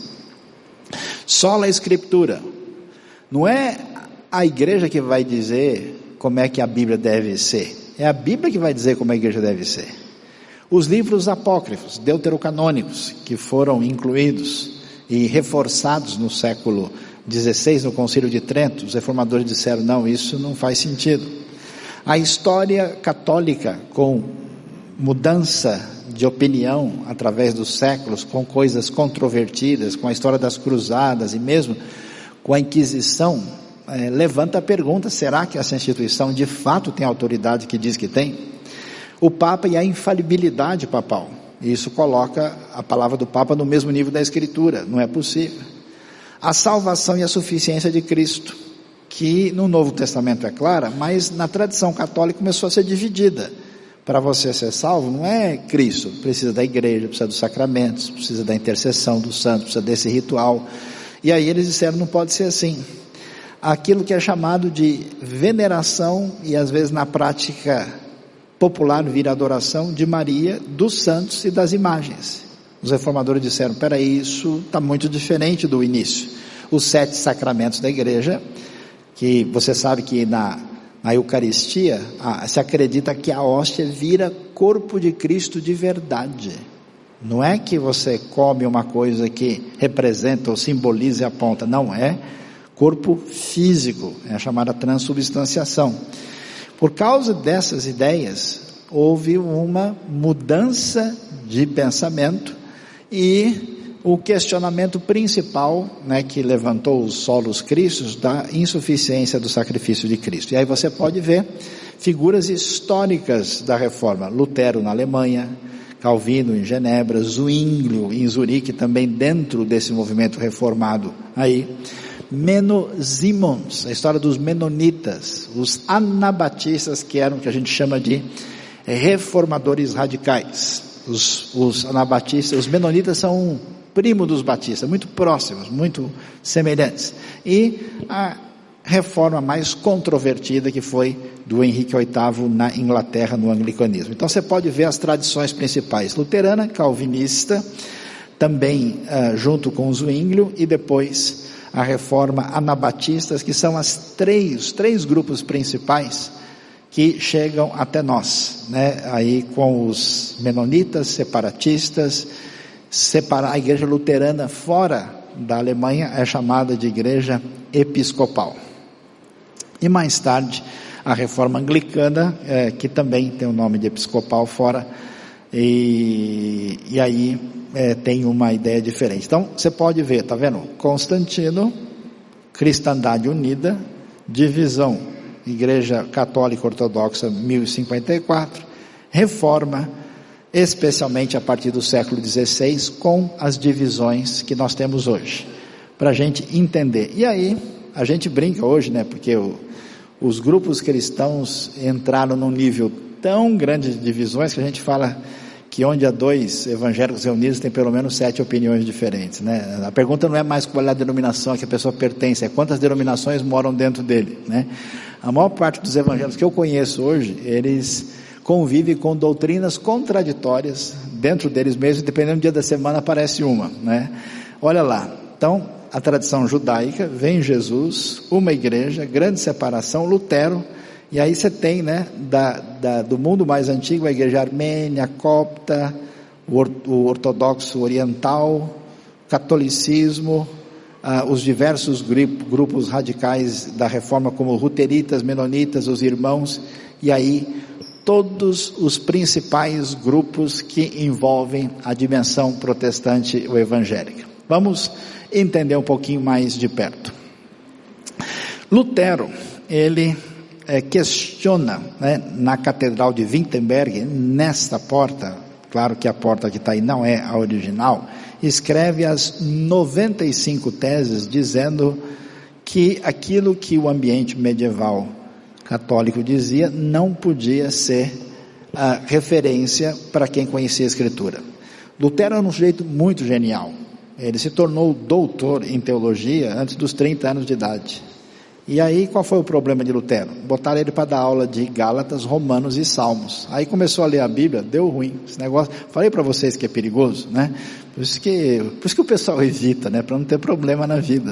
Sola Escritura. Não é a igreja que vai dizer como é que a Bíblia deve ser, é a Bíblia que vai dizer como a igreja deve ser. Os livros apócrifos, deuterocanônicos, que foram incluídos e reforçados no século XVI, no Concílio de Trento, os reformadores disseram: não, isso não faz sentido. A história católica, com mudança de opinião através dos séculos, com coisas controvertidas, com a história das cruzadas e mesmo com a Inquisição, levanta a pergunta: será que essa instituição de fato tem a autoridade que diz que tem? O Papa e a infalibilidade papal, isso coloca a palavra do Papa no mesmo nível da Escritura, não é possível. A salvação e a suficiência de Cristo, que no Novo Testamento é clara, mas na tradição católica começou a ser dividida. Para você ser salvo, não é Cristo, precisa da igreja, precisa dos sacramentos, precisa da intercessão dos santos, precisa desse ritual. E aí eles disseram, não pode ser assim. Aquilo que é chamado de veneração, e às vezes na prática popular vira adoração, de Maria, dos santos e das imagens. Os reformadores disseram, peraí, isso está muito diferente do início. Os 7 sacramentos da igreja, que você sabe que na Eucaristia, se acredita que a hóstia vira corpo de Cristo de verdade. Não é que você come uma coisa que representa ou simboliza e aponta, não, é corpo físico, é a chamada transubstanciação. Por causa dessas ideias, houve uma mudança de pensamento e o questionamento principal, que levantou os solos cristos, da insuficiência do sacrifício de Cristo. E aí você pode ver figuras históricas da reforma: Lutero na Alemanha, Calvino em Genebra, Zwinglio em Zurique, também dentro desse movimento reformado aí. Menno-Simons, a história dos menonitas, os anabatistas, que eram o que a gente chama de reformadores radicais. Os anabatistas, os menonitas são primo dos batistas, muito próximos, muito semelhantes. E a reforma mais controvertida, que foi do Henrique VIII na Inglaterra, no anglicanismo. Então você pode ver as tradições principais: luterana, calvinista, também junto com Zwinglio, e depois a reforma anabatistas, que são os três grupos principais que chegam até nós, aí com os menonitas, separatistas. A igreja luterana fora da Alemanha é chamada de igreja episcopal. E mais tarde a reforma anglicana, que também tem o nome de episcopal fora, e aí tem uma ideia diferente. Então você pode ver, tá vendo? Constantino, cristandade unida, divisão, igreja católica ortodoxa 1054, reforma, especialmente a partir do século XVI, com as divisões que nós temos hoje, para a gente entender. E aí a gente brinca hoje, porque os grupos cristãos entraram num nível tão grande de divisões que a gente fala que onde há 2 evangélicos reunidos tem pelo menos 7 opiniões diferentes, A pergunta não é mais qual é a denominação a que a pessoa pertence, é quantas denominações moram dentro dele, A maior parte dos evangélicos que eu conheço hoje, eles convivem com doutrinas contraditórias dentro deles mesmos, dependendo do dia da semana aparece uma, Olha lá, então a tradição judaica, vem Jesus, uma igreja, grande separação, Lutero. E aí você tem, do mundo mais antigo, a igreja armênia, copta, o ortodoxo oriental, catolicismo, os diversos grupos radicais da reforma, como luteritas, menonitas, os irmãos, e aí todos os principais grupos que envolvem a dimensão protestante ou evangélica. Vamos entender um pouquinho mais de perto. Lutero, ele questiona, na Catedral de Wittenberg, nesta porta, claro que a porta que está aí não é a original, escreve as 95 teses, dizendo que aquilo que o ambiente medieval católico dizia não podia ser a referência para quem conhecia a Escritura. Lutero era um sujeito muito genial. Ele se tornou doutor em teologia antes dos 30 anos de idade. E aí qual foi o problema de Lutero? Botaram ele para dar aula de Gálatas, Romanos e Salmos. Aí começou a ler a Bíblia, deu ruim esse negócio. Falei para vocês que é perigoso, Por isso que o pessoal evita, para não ter problema na vida,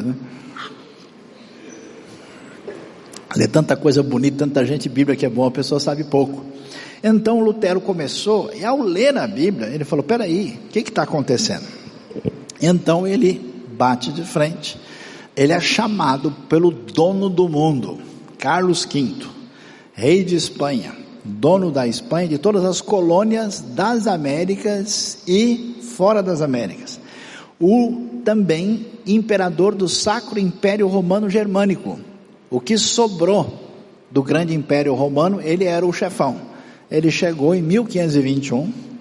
Lê tanta coisa bonita, tanta gente, Bíblia que é bom, a pessoa sabe pouco. Então Lutero começou, e ao ler a Bíblia, ele falou, peraí, o que está acontecendo? Então ele bate de frente. Ele é chamado pelo dono do mundo, Carlos V, rei de Espanha, dono da Espanha e de todas as colônias das Américas e fora das Américas. O também imperador do Sacro Império Romano Germânico. O que sobrou do grande Império Romano, ele era o chefão. Ele chegou em 1521,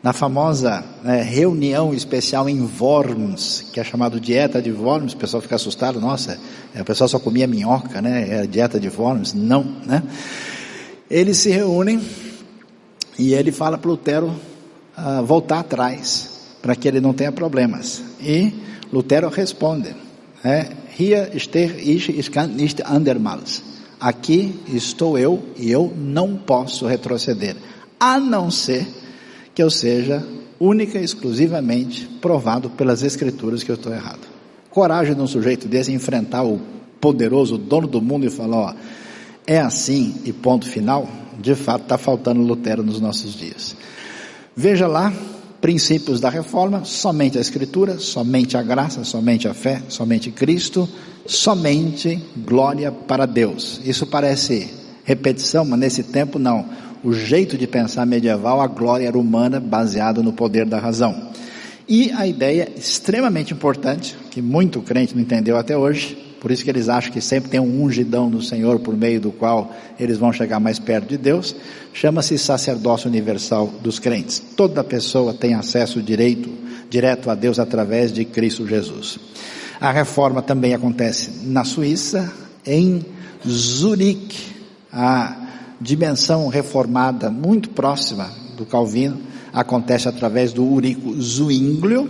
Na famosa reunião especial em Worms, que é chamado dieta de Worms, o pessoal fica assustado, nossa, o pessoal só comia minhoca, né? É a dieta de Worms. Não, né? Eles se reúnem e ele fala para Lutero voltar atrás, para que ele não tenha problemas. E Lutero responde, Hier stehe ich kann nicht andermals. Aqui estou eu e eu não posso retroceder, a não ser que eu seja única e exclusivamente provado pelas escrituras que eu estou errado. Coragem de um sujeito desse enfrentar o poderoso dono do mundo e falar, é assim e ponto final, de fato está faltando Lutero nos nossos dias. Veja lá, princípios da reforma, somente a escritura, somente a graça, somente a fé, somente Cristo, somente glória para Deus. Isso parece repetição, mas nesse tempo não. O jeito de pensar medieval, a glória era humana, baseada no poder da razão. E a ideia extremamente importante, que muito crente não entendeu até hoje, por isso que eles acham que sempre tem um ungidão do Senhor por meio do qual eles vão chegar mais perto de Deus, sacerdócio universal dos crentes. Toda pessoa tem acesso direto a Deus através de Cristo Jesus. A reforma também acontece na Suíça, em Zurique, a dimensão reformada muito próxima do Calvino acontece através do Ulrico Zwinglio,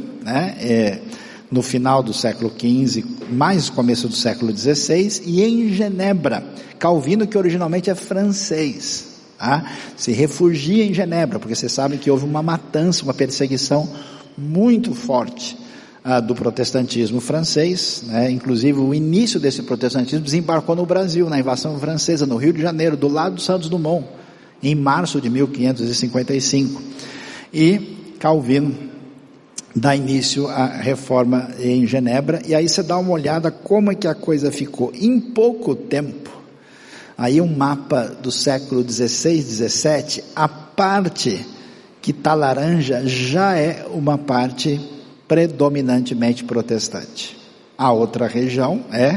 no final do século XV, mais começo do século XVI, e em Genebra, Calvino, que originalmente é francês, se refugia em Genebra, porque vocês sabem que houve uma matança, uma perseguição muito forte do protestantismo francês, inclusive o início desse protestantismo desembarcou no Brasil, na invasão francesa, no Rio de Janeiro, do lado do Santos Dumont, em março de 1555, e Calvino dá início à reforma em Genebra, e aí você dá uma olhada como é que a coisa ficou, em pouco tempo, aí um mapa do século XVI, XVII, a parte que está laranja já é uma parte predominantemente protestante. A outra região é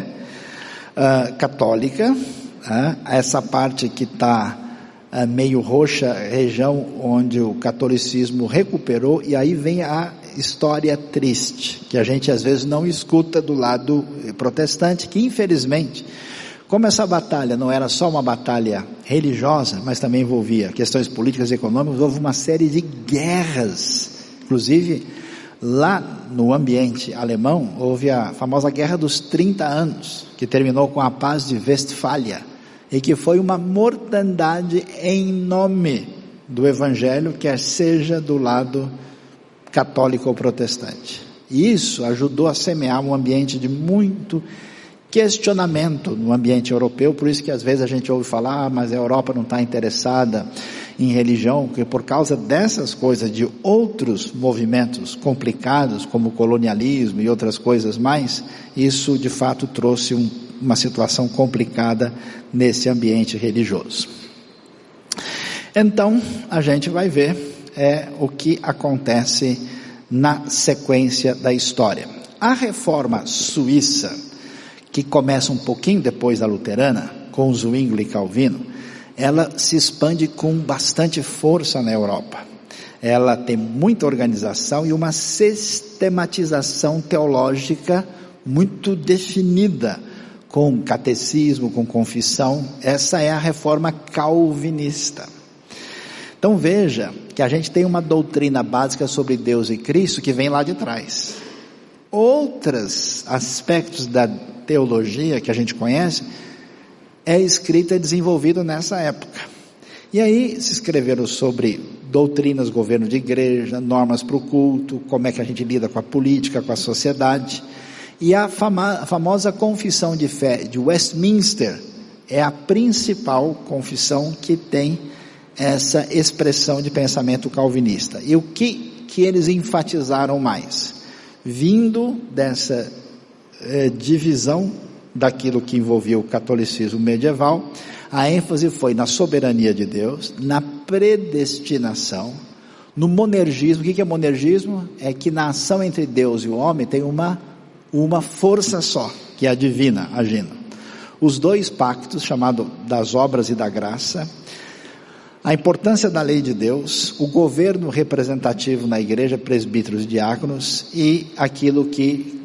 católica, essa parte que está meio roxa, região onde o catolicismo recuperou, e aí vem a história triste, que a gente às vezes não escuta do lado protestante, que infelizmente, como essa batalha não era só uma batalha religiosa, mas também envolvia questões políticas e econômicas, houve uma série de guerras, inclusive lá no ambiente alemão, houve a famosa Guerra dos 30 anos, que terminou com a Paz de Westfália, e que foi uma mortandade em nome do Evangelho, quer seja do lado católico ou protestante. E isso ajudou a semear um ambiente de muito questionamento no ambiente europeu, por isso que às vezes a gente ouve falar, mas a Europa não está interessada em religião, porque por causa dessas coisas, de outros movimentos complicados, como o colonialismo e outras coisas mais, isso de fato trouxe uma situação complicada nesse ambiente religioso. Então, a gente vai ver o que acontece na sequência da história. A reforma suíça, que começa um pouquinho depois da luterana, com Zwinglio e Calvino, ela se expande com bastante força na Europa. Ela tem muita organização e uma sistematização teológica muito definida, com catecismo, com confissão. Essa é a reforma calvinista. Então veja que a gente tem uma doutrina básica sobre Deus e Cristo que vem lá de trás. Outros aspectos da teologia que a gente conhece é escrito e desenvolvido nessa época. E aí se escreveram sobre doutrinas, governo de igreja, normas para o culto, como é que a gente lida com a política, com a sociedade. E a famosa confissão de fé de Westminster é a principal confissão que tem essa expressão de pensamento calvinista. E o que eles enfatizaram mais? Vindo dessa divisão daquilo que envolvia o catolicismo medieval, a ênfase foi na soberania de Deus, na predestinação, no monergismo. O que é monergismo? É que na ação entre Deus e o homem tem uma força só, que é a divina agindo. Os dois pactos, chamado das obras e da graça, A importância da lei de Deus, o governo representativo na igreja, presbíteros e diáconos, e aquilo que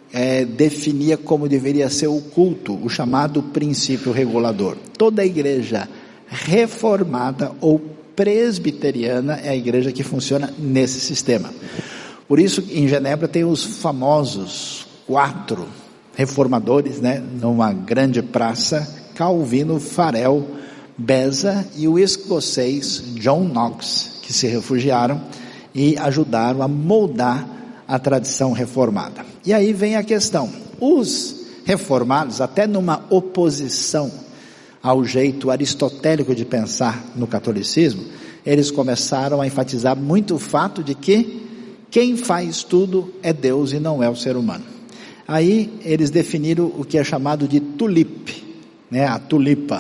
definia como deveria ser o culto, o chamado princípio regulador. Toda a igreja reformada ou presbiteriana é a igreja que funciona nesse sistema. Por isso, em Genebra tem os famosos 4 reformadores, numa grande praça: Calvino, Farel, Beza e o escocês John Knox, que se refugiaram e ajudaram a moldar a tradição reformada. E aí vem a questão: os reformados, até numa oposição ao jeito aristotélico de pensar no catolicismo, eles começaram a enfatizar muito o fato de que quem faz tudo é Deus e não é o ser humano. Aí eles definiram o que é chamado de tulip, a tulipa.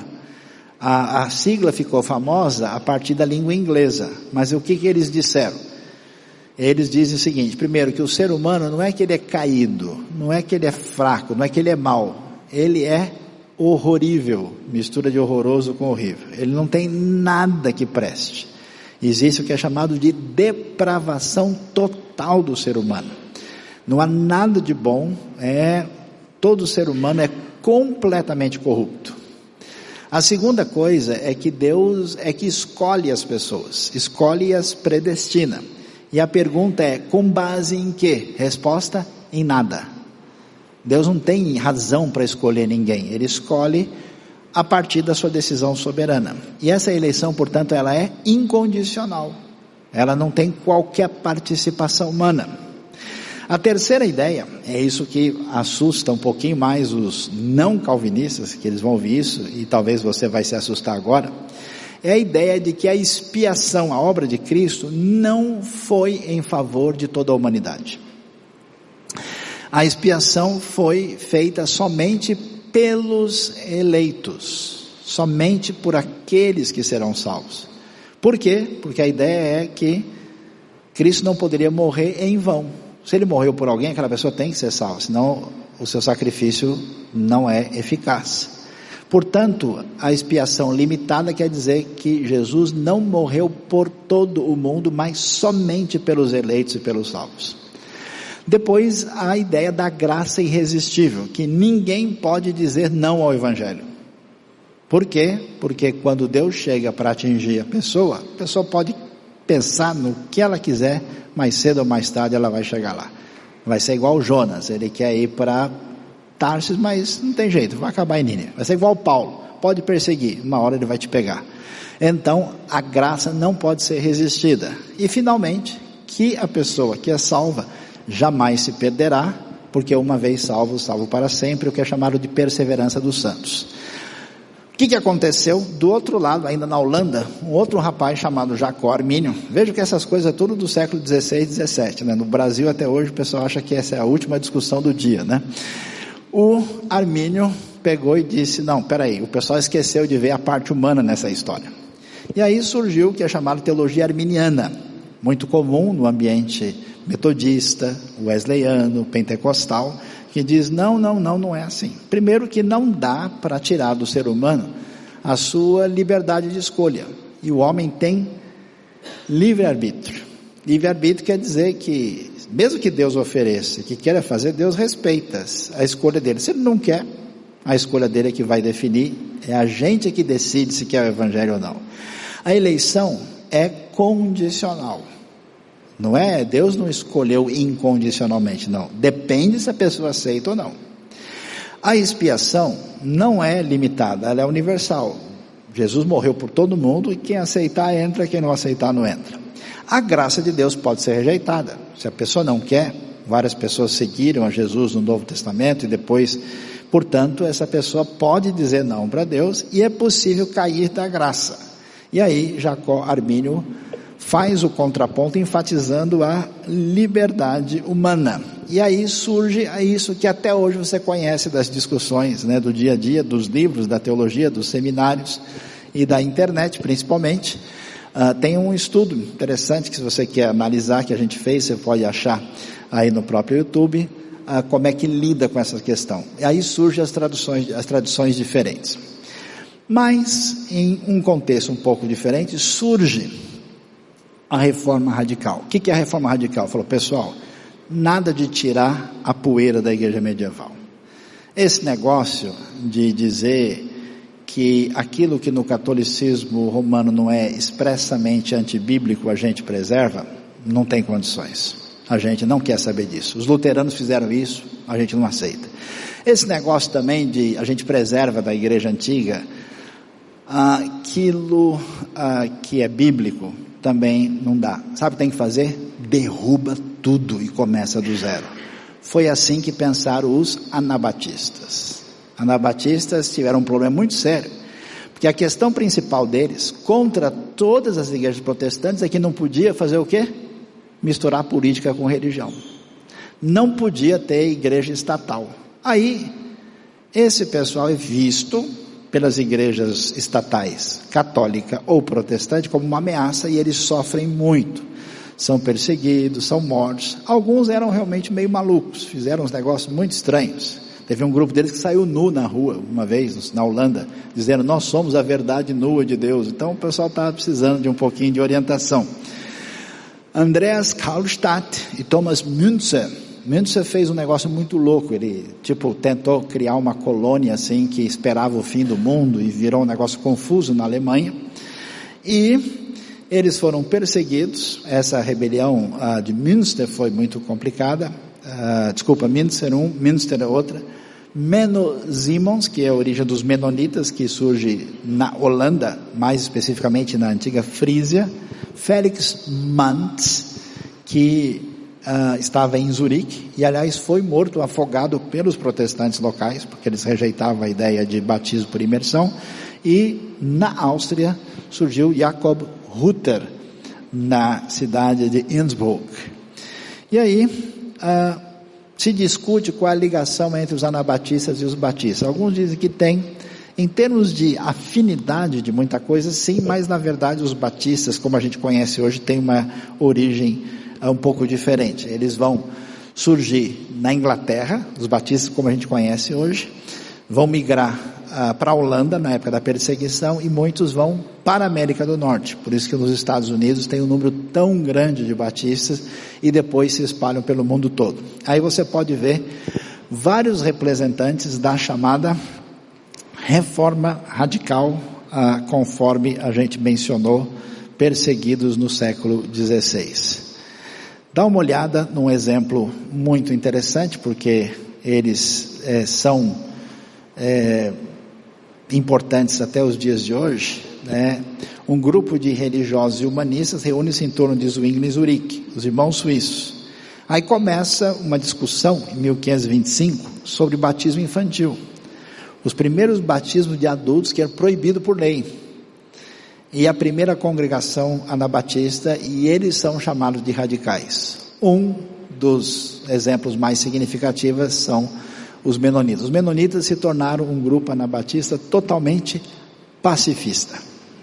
A sigla ficou famosa a partir da língua inglesa, mas o que eles disseram? Eles dizem o seguinte: primeiro, que o ser humano não é que ele é caído, não é que ele é fraco, não é que ele é mau, ele é horrorível, mistura de horroroso com horrível. Ele não tem nada que preste. Existe o que é chamado de depravação total do ser humano. Não há nada de bom, todo ser humano é completamente corrupto. A segunda coisa é que Deus é que escolhe as pessoas, escolhe e as predestina. E a pergunta é: com base em quê? Resposta: em nada. Deus não tem razão para escolher ninguém, Ele escolhe a partir da sua decisão soberana. E essa eleição, portanto, ela é incondicional, ela não tem qualquer participação humana. A terceira ideia, é isso que assusta um pouquinho mais os não calvinistas, que eles vão ouvir isso, e talvez você vai se assustar agora, é a ideia de que a expiação, a obra de Cristo, não foi em favor de toda a humanidade. A expiação foi feita somente pelos eleitos, somente por aqueles que serão salvos. Por quê? Porque a ideia é que Cristo não poderia morrer em vão. Se ele morreu por alguém, aquela pessoa tem que ser salva, senão o seu sacrifício não é eficaz. Portanto, a expiação limitada quer dizer que Jesus não morreu por todo o mundo, mas somente pelos eleitos e pelos salvos. Depois, a ideia da graça irresistível, que ninguém pode dizer não ao Evangelho. Por quê? Porque quando Deus chega para atingir a pessoa pode pensar no que ela quiser, mais cedo ou mais tarde ela vai chegar lá. Vai ser igual o Jonas, ele quer ir para Tarsis, mas não tem jeito, vai acabar em Nínive. Vai ser igual o Paulo, pode perseguir, uma hora ele vai te pegar. Então, a graça não pode ser resistida. E finalmente, que a pessoa que é salva jamais se perderá, porque uma vez salvo, salvo para sempre, o que é chamado de perseverança dos santos. O que aconteceu? Do outro lado, ainda na Holanda, um outro rapaz chamado Jacó Armínio. Veja que essas coisas tudo do século 16 e 17, No Brasil até hoje o pessoal acha que essa é a última discussão do dia, O Armínio pegou e disse: não, peraí, o pessoal esqueceu de ver a parte humana nessa história. E aí surgiu o que é chamado teologia arminiana, muito comum no ambiente metodista, wesleyano, pentecostal, que diz: não é assim. Primeiro, que não dá para tirar do ser humano a sua liberdade de escolha, e o homem tem livre-arbítrio. Livre-arbítrio quer dizer que, mesmo que Deus ofereça, que queira fazer, Deus respeita a escolha dele. Se ele não quer, a escolha dele é que vai definir, é a gente que decide se quer o Evangelho ou não. A eleição é condicional. Não é, Deus não escolheu incondicionalmente, não. Depende se a pessoa aceita ou não. A expiação não é limitada, ela é universal. Jesus morreu por todo mundo e quem aceitar entra, quem não aceitar não entra. A graça de Deus pode ser rejeitada. Se a pessoa não quer, várias pessoas seguiram a Jesus no Novo Testamento e depois, portanto, essa pessoa pode dizer não para Deus e é possível cair da graça. E aí, Jacó Armínio faz o contraponto enfatizando a liberdade humana. E aí surge isso que até hoje você conhece das discussões, do dia a dia, dos livros, da teologia, dos seminários e da internet principalmente. Tem um estudo interessante que, se você quer analisar, que a gente fez, você pode achar aí no próprio YouTube, como é que lida com essa questão. E aí surgem as tradições diferentes. Mas, em um contexto um pouco diferente, surge a reforma radical. O que é a reforma radical? Falou, pessoal, nada de tirar a poeira da igreja medieval. Esse negócio de dizer que aquilo que no catolicismo romano não é expressamente antibíblico, a gente preserva, não tem condições. A gente não quer saber disso. Os luteranos fizeram isso, a gente não aceita. Esse negócio também de a gente preserva da igreja antiga, aquilo que é bíblico, também não dá. Sabe o que tem que fazer? Derruba tudo e começa do zero. Foi assim que pensaram os anabatistas. Anabatistas tiveram um problema muito sério, porque a questão principal deles, contra todas as igrejas protestantes, é que não podia fazer o quê? Misturar política com religião. Não podia ter igreja estatal. Aí, esse pessoal é visto pelas igrejas estatais, católica ou protestante, como uma ameaça, e eles sofrem muito. São perseguidos, são mortos. Alguns eram realmente meio malucos, fizeram uns negócios muito estranhos. Teve um grupo deles que saiu nu na rua, uma vez, na Holanda, dizendo, nós somos a verdade nua de Deus. Então o pessoal estava precisando de um pouquinho de orientação. Andreas Karlstadt e Thomas Müntzer fez um negócio muito louco. Ele, tentou criar uma colônia assim, que esperava o fim do mundo, e virou um negócio confuso na Alemanha. E eles foram perseguidos. Essa rebelião de Münster foi muito complicada. Münster um, Münster é outra. Menno Simons, que é a origem dos menonitas, que surge na Holanda, mais especificamente na antiga Frísia. Felix Manz, que estava em Zurique, e aliás foi morto, afogado pelos protestantes locais, porque eles rejeitavam a ideia de batismo por imersão. E na Áustria surgiu Jakob Rutter, na cidade de Innsbruck. E aí se discute qual a ligação entre os anabatistas e os batistas. Alguns dizem que tem, em termos de afinidade de muita coisa, sim, mas na verdade os batistas, como a gente conhece hoje, têm uma origem um pouco diferente. Eles vão surgir na Inglaterra, os batistas como a gente conhece hoje, vão migrar para a Holanda na época da perseguição, e muitos vão para a América do Norte. Por isso que nos Estados Unidos tem um número tão grande de batistas, e depois se espalham pelo mundo todo. Aí você pode ver vários representantes da chamada reforma radical, conforme a gente mencionou, perseguidos no século XVI. Dá uma olhada num exemplo muito interessante, porque eles são importantes até os dias de hoje, né? Um grupo de religiosos e humanistas reúne-se em torno de Zwingli e Zurique, os irmãos suíços. Aí começa uma discussão em 1525 sobre batismo infantil. Os primeiros batismos de adultos que eram proibidos por lei. E a primeira congregação anabatista, e eles são chamados de radicais. Um dos exemplos mais significativos são os menonitas. Os menonitas se tornaram um grupo anabatista totalmente pacifista.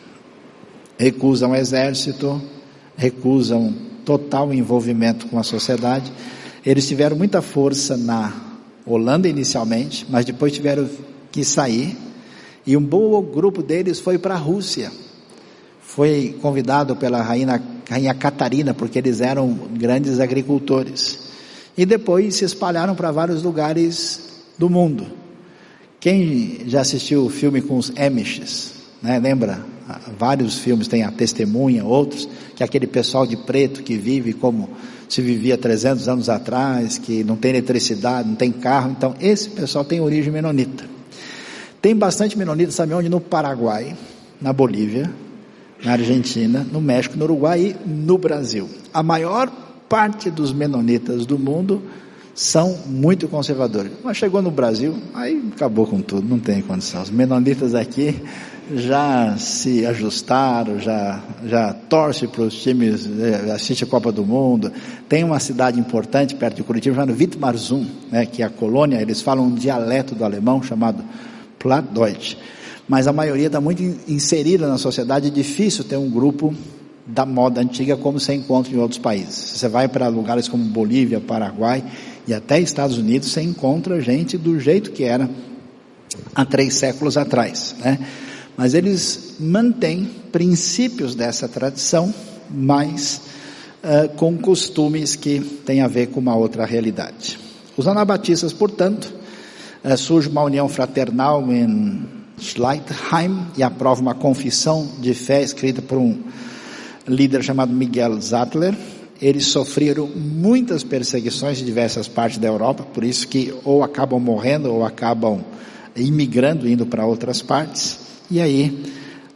Recusam o exército, recusam total envolvimento com a sociedade. Eles tiveram muita força na Holanda inicialmente, mas depois tiveram que sair, e um bom grupo deles foi para a Rússia. Foi convidado pela rainha Catarina, porque eles eram grandes agricultores, e depois se espalharam para vários lugares do mundo. Quem já assistiu o filme com os Amishes, né? Lembra? Vários filmes, tem a Testemunha, outros, que é aquele pessoal de preto que vive como se vivia 300 anos atrás, que não tem eletricidade, não tem carro. Então esse pessoal tem origem menonita. Tem bastante menonita, sabe onde? No Paraguai, na Bolívia, na Argentina, no México, no Uruguai e no Brasil. A maior parte dos menonitas do mundo são muito conservadores. Mas chegou no Brasil, aí acabou com tudo, não tem condição. Os menonitas aqui já se ajustaram, já torce para os times, assiste a Copa do Mundo. Tem uma cidade importante perto de Curitiba, chamada Wittmarsum, né, que é a colônia, eles falam um dialeto do alemão chamado Plattdeutsch. Mas a maioria está muito inserida na sociedade. É difícil ter um grupo da moda antiga como você encontra em outros países. Você vai para lugares como Bolívia, Paraguai e até Estados Unidos, você encontra gente do jeito que era há 3 séculos atrás, né? mas eles mantêm princípios dessa tradição, mas com costumes que têm a ver com uma outra realidade. Os anabatistas, portanto, surge uma união fraternal em Schleitheim e aprova uma confissão de fé escrita por um líder chamado Miguel Zattler. Eles sofreram muitas perseguições em diversas partes da Europa, por isso que ou acabam morrendo ou acabam imigrando, indo para outras partes. E aí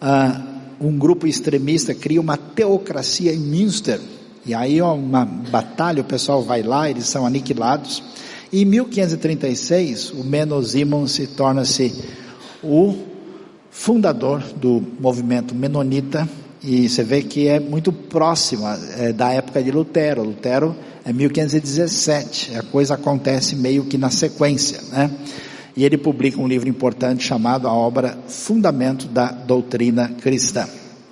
um grupo extremista cria uma teocracia em Münster, e aí uma batalha, o pessoal vai lá, eles são aniquilados. E em 1536 o Menno Simons torna-se o fundador do movimento menonita, e você vê que é muito próximo da época de Lutero. Lutero é 1517, a coisa acontece meio que na sequência, né? E ele publica um livro importante chamado a obra Fundamento da Doutrina Cristã.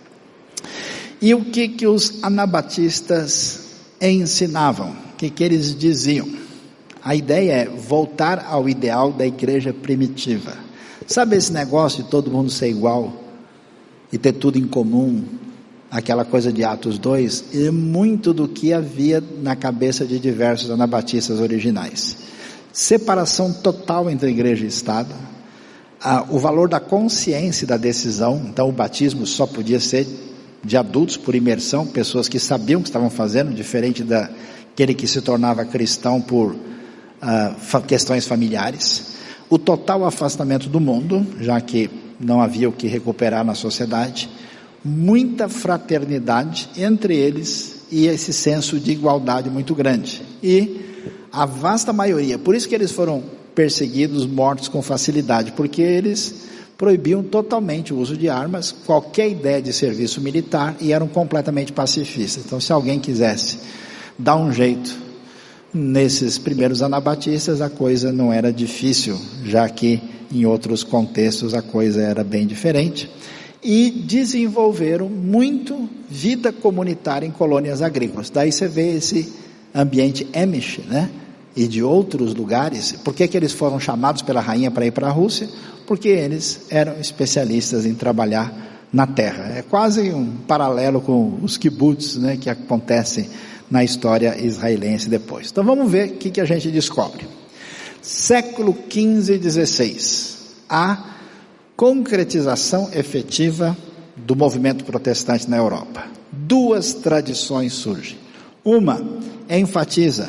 E o que os anabatistas ensinavam? O que eles diziam? A ideia é voltar ao ideal da igreja primitiva. Sabe esse negócio de todo mundo ser igual e ter tudo em comum? Aquela coisa de Atos 2, é muito do que havia na cabeça de diversos anabatistas originais. Separação total entre igreja e Estado, o valor da consciência e da decisão. Então o batismo só podia ser de adultos por imersão, pessoas que sabiam o que estavam fazendo, diferente daquele que se tornava cristão por questões familiares. O total afastamento do mundo, já que não havia o que recuperar na sociedade. Muita fraternidade entre eles e esse senso de igualdade muito grande. E a vasta maioria, por isso que eles foram perseguidos, mortos com facilidade, porque eles proibiam totalmente o uso de armas, qualquer ideia de serviço militar, e eram completamente pacifistas. Então, se alguém quisesse dar um jeito nesses primeiros anabatistas, a coisa não era difícil, já que em outros contextos a coisa era bem diferente. E desenvolveram muito vida comunitária em colônias agrícolas. Daí você vê esse ambiente Amish, né? E de outros lugares. Por que eles foram chamados pela rainha para ir para a Rússia? Porque eles eram especialistas em trabalhar na terra. É quase um paralelo com os kibbutz, né, que acontecem na história israelense depois. Então vamos ver o que a gente descobre. Século XV e XVI. A concretização efetiva do movimento protestante na Europa. Duas tradições surgem. Uma enfatiza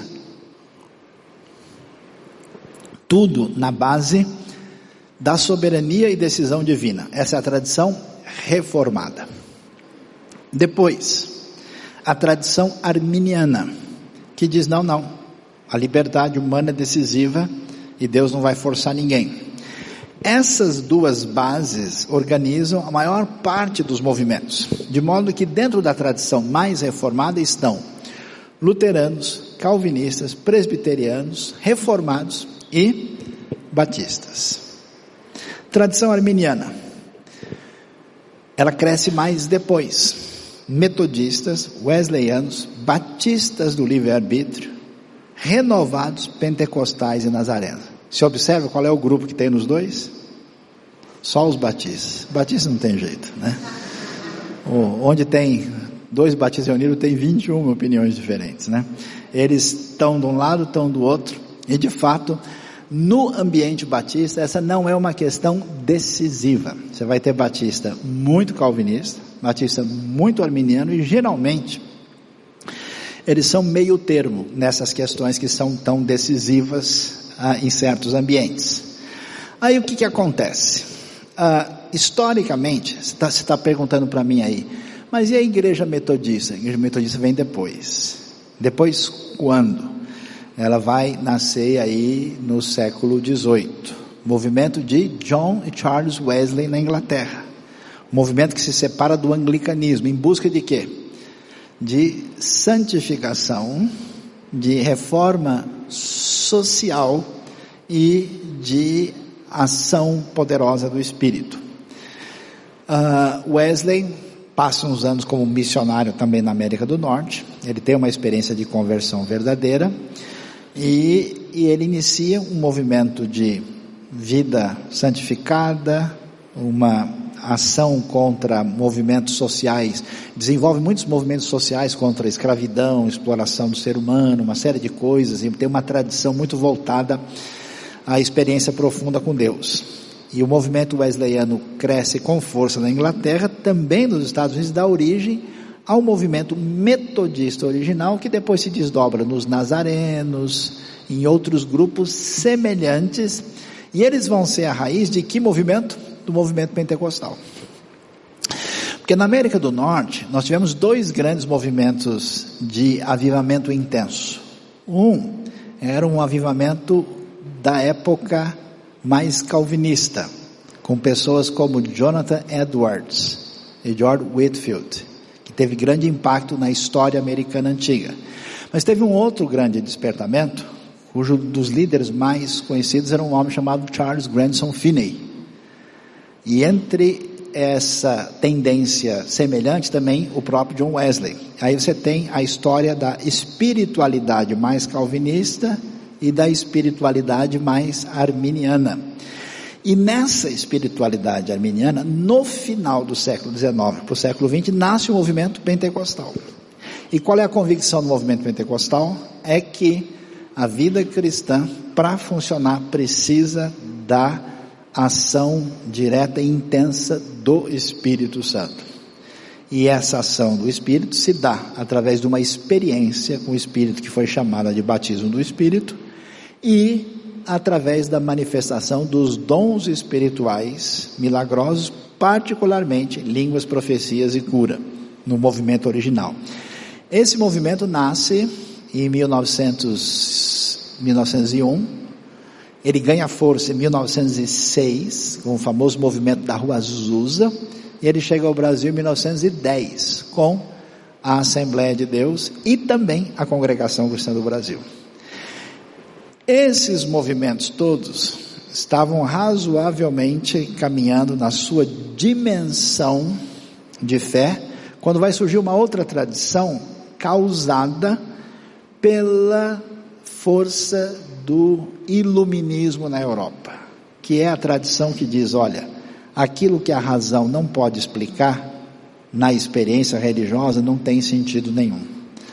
tudo na base da soberania e decisão divina. Essa é a tradição reformada. Depois, a tradição arminiana, que diz não, a liberdade humana é decisiva e Deus não vai forçar ninguém. Essas duas bases organizam a maior parte dos movimentos, de modo que dentro da tradição mais reformada estão luteranos, calvinistas, presbiterianos, reformados e batistas. Tradição arminiana, ela cresce mais depois. Metodistas, wesleyanos, batistas do livre-arbítrio, renovados, pentecostais e nazarenos. Se observa qual é o grupo que tem nos dois? Só os batistas. Batistas não tem jeito, né? Onde tem dois batistas reunidos, tem 21 opiniões diferentes, né? Eles estão de um lado, estão do outro, e de fato, no ambiente batista, essa não é uma questão decisiva. Você vai ter batista muito calvinista, batista muito arminiano, e geralmente eles são meio termo nessas questões que são tão decisivas em certos ambientes. Aí o que acontece? Historicamente, você está perguntando para mim aí, mas e a igreja metodista? A igreja metodista vem depois. Depois quando? Ela vai nascer aí no século XVIII. Movimento de John e Charles Wesley na Inglaterra. Movimento que se separa do anglicanismo, em busca de quê? De santificação, de reforma social e de ação poderosa do Espírito. Wesley passa uns anos como missionário também na América do Norte. Ele tem uma experiência de conversão verdadeira e ele inicia um movimento de vida santificada, uma ação contra movimentos sociais, desenvolve muitos movimentos sociais contra a escravidão, exploração do ser humano, uma série de coisas, e tem uma tradição muito voltada à experiência profunda com Deus. E o movimento wesleyano cresce com força na Inglaterra, também nos Estados Unidos, dá origem ao movimento metodista original, que depois se desdobra nos nazarenos, em outros grupos semelhantes, e eles vão ser a raiz de que movimento? Do movimento pentecostal. Porque na América do Norte, nós tivemos 2 grandes movimentos de avivamento intenso. Um era um avivamento da época mais calvinista, com pessoas como Jonathan Edwards e George Whitefield, que teve grande impacto na história americana antiga. Mas teve um outro grande despertamento, cujo dos líderes mais conhecidos era um homem chamado Charles Grandson Finney. E entre essa tendência semelhante também o próprio John Wesley. Aí você tem a história da espiritualidade mais calvinista e da espiritualidade mais arminiana. E nessa espiritualidade arminiana, no final do século XIX para o século XX, nasce o movimento pentecostal. E qual é a convicção do movimento pentecostal? É que a vida cristã, para funcionar, precisa da ação direta e intensa do Espírito Santo. E essa ação do Espírito se dá através de uma experiência com o Espírito, que foi chamada de batismo do Espírito, e através da manifestação dos dons espirituais milagrosos, particularmente línguas, profecias e cura, no movimento original. Esse movimento nasce em 1901, ele ganha força em 1906, com o famoso movimento da Rua Azusa, e ele chega ao Brasil em 1910, com a Assembleia de Deus e também a Congregação Cristã do Brasil. Esses movimentos todos estavam razoavelmente caminhando na sua dimensão de fé, quando vai surgir uma outra tradição causada pela força do iluminismo na Europa, que é a tradição que diz, olha, aquilo que a razão não pode explicar, na experiência religiosa não tem sentido nenhum.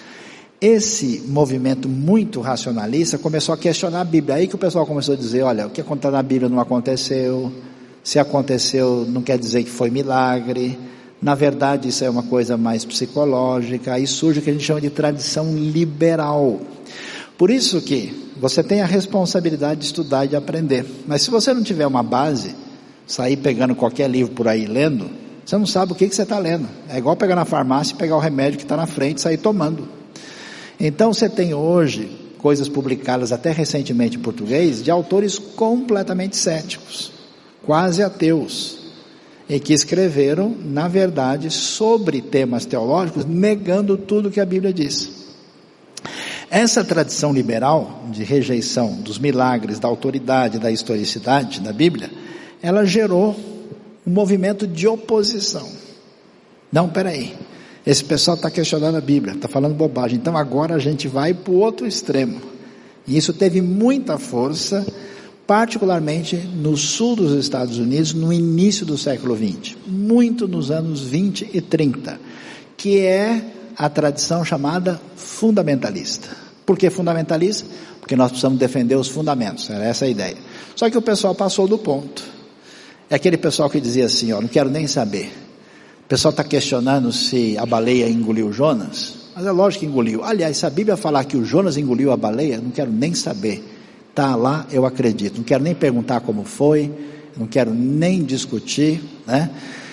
Esse movimento muito racionalista começou a questionar a Bíblia, aí que o pessoal começou a dizer, olha, o que aconteceu na Bíblia não aconteceu, se aconteceu não quer dizer que foi milagre, na verdade isso é uma coisa mais psicológica, aí surge o que a gente chama de tradição liberal. Por isso que você tem a responsabilidade de estudar e de aprender, mas se você não tiver uma base, sair pegando qualquer livro por aí lendo, você não sabe o que você está lendo. É igual pegar na farmácia e pegar o remédio que está na frente e sair tomando. Então você tem hoje coisas publicadas até recentemente em português de autores completamente céticos, quase ateus, e que escreveram, na verdade, sobre temas teológicos, negando tudo que a Bíblia diz. Essa tradição liberal de rejeição dos milagres, da autoridade, da historicidade da Bíblia, ela gerou um movimento de oposição. Não, peraí, esse pessoal está questionando a Bíblia, está falando bobagem, então agora a gente vai para o outro extremo. E isso teve muita força, particularmente no sul dos Estados Unidos, no início do século XX, muito nos anos 20 e 30, que é a tradição chamada fundamentalista. Por que fundamentalista? Porque nós precisamos defender os fundamentos, era essa a ideia. Só que o pessoal passou do ponto. É aquele pessoal que dizia assim, ó, não quero nem saber. O pessoal está questionando se a baleia engoliu Jonas, mas é lógico que engoliu. Aliás, se a Bíblia falar que o Jonas engoliu a baleia, não quero nem saber. Está lá, eu acredito. Não quero nem perguntar como foi, não quero nem discutir, né?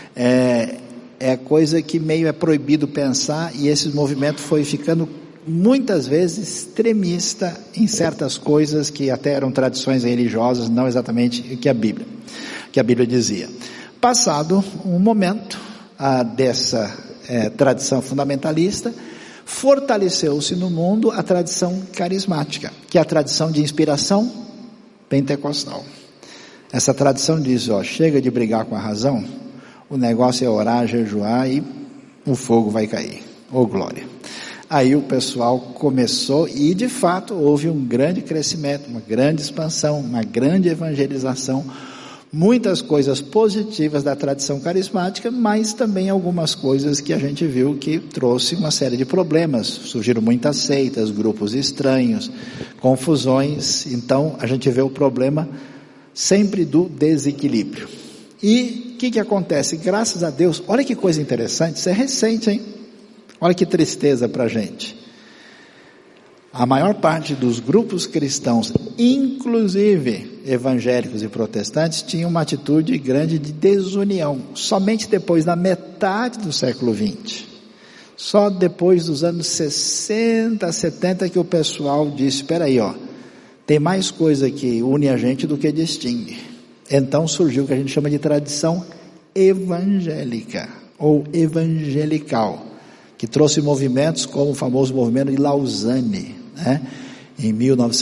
É coisa que meio é proibido pensar, e esse movimento foi ficando muitas vezes extremista em certas coisas que até eram tradições religiosas, não exatamente o que a Bíblia dizia. Passado um momento dessa tradição fundamentalista, fortaleceu-se no mundo a tradição carismática, que é a tradição de inspiração pentecostal. Essa tradição diz, ó, chega de brigar com a razão, o negócio é orar, jejuar e o fogo vai cair. Ô glória! Aí o pessoal começou e de fato houve um grande crescimento, uma grande expansão, uma grande evangelização, Muitas coisas positivas da tradição carismática, mas também algumas coisas que a gente viu que trouxe uma série de problemas. Surgiram muitas seitas, grupos estranhos, confusões. Então a gente vê o problema sempre do desequilíbrio. E o que acontece? Graças a Deus, olha que coisa interessante, isso é recente, hein? Olha que tristeza para a gente. A maior parte dos grupos cristãos, inclusive evangélicos e protestantes, tinham uma atitude grande de desunião. Somente depois da metade do século XX, só depois dos anos 60, 70 que o pessoal disse, espera aí, tem mais coisa que une a gente do que distingue. Então surgiu o que a gente chama de tradição evangélica ou evangelical, que trouxe movimentos como o famoso movimento de Lausanne, né? Em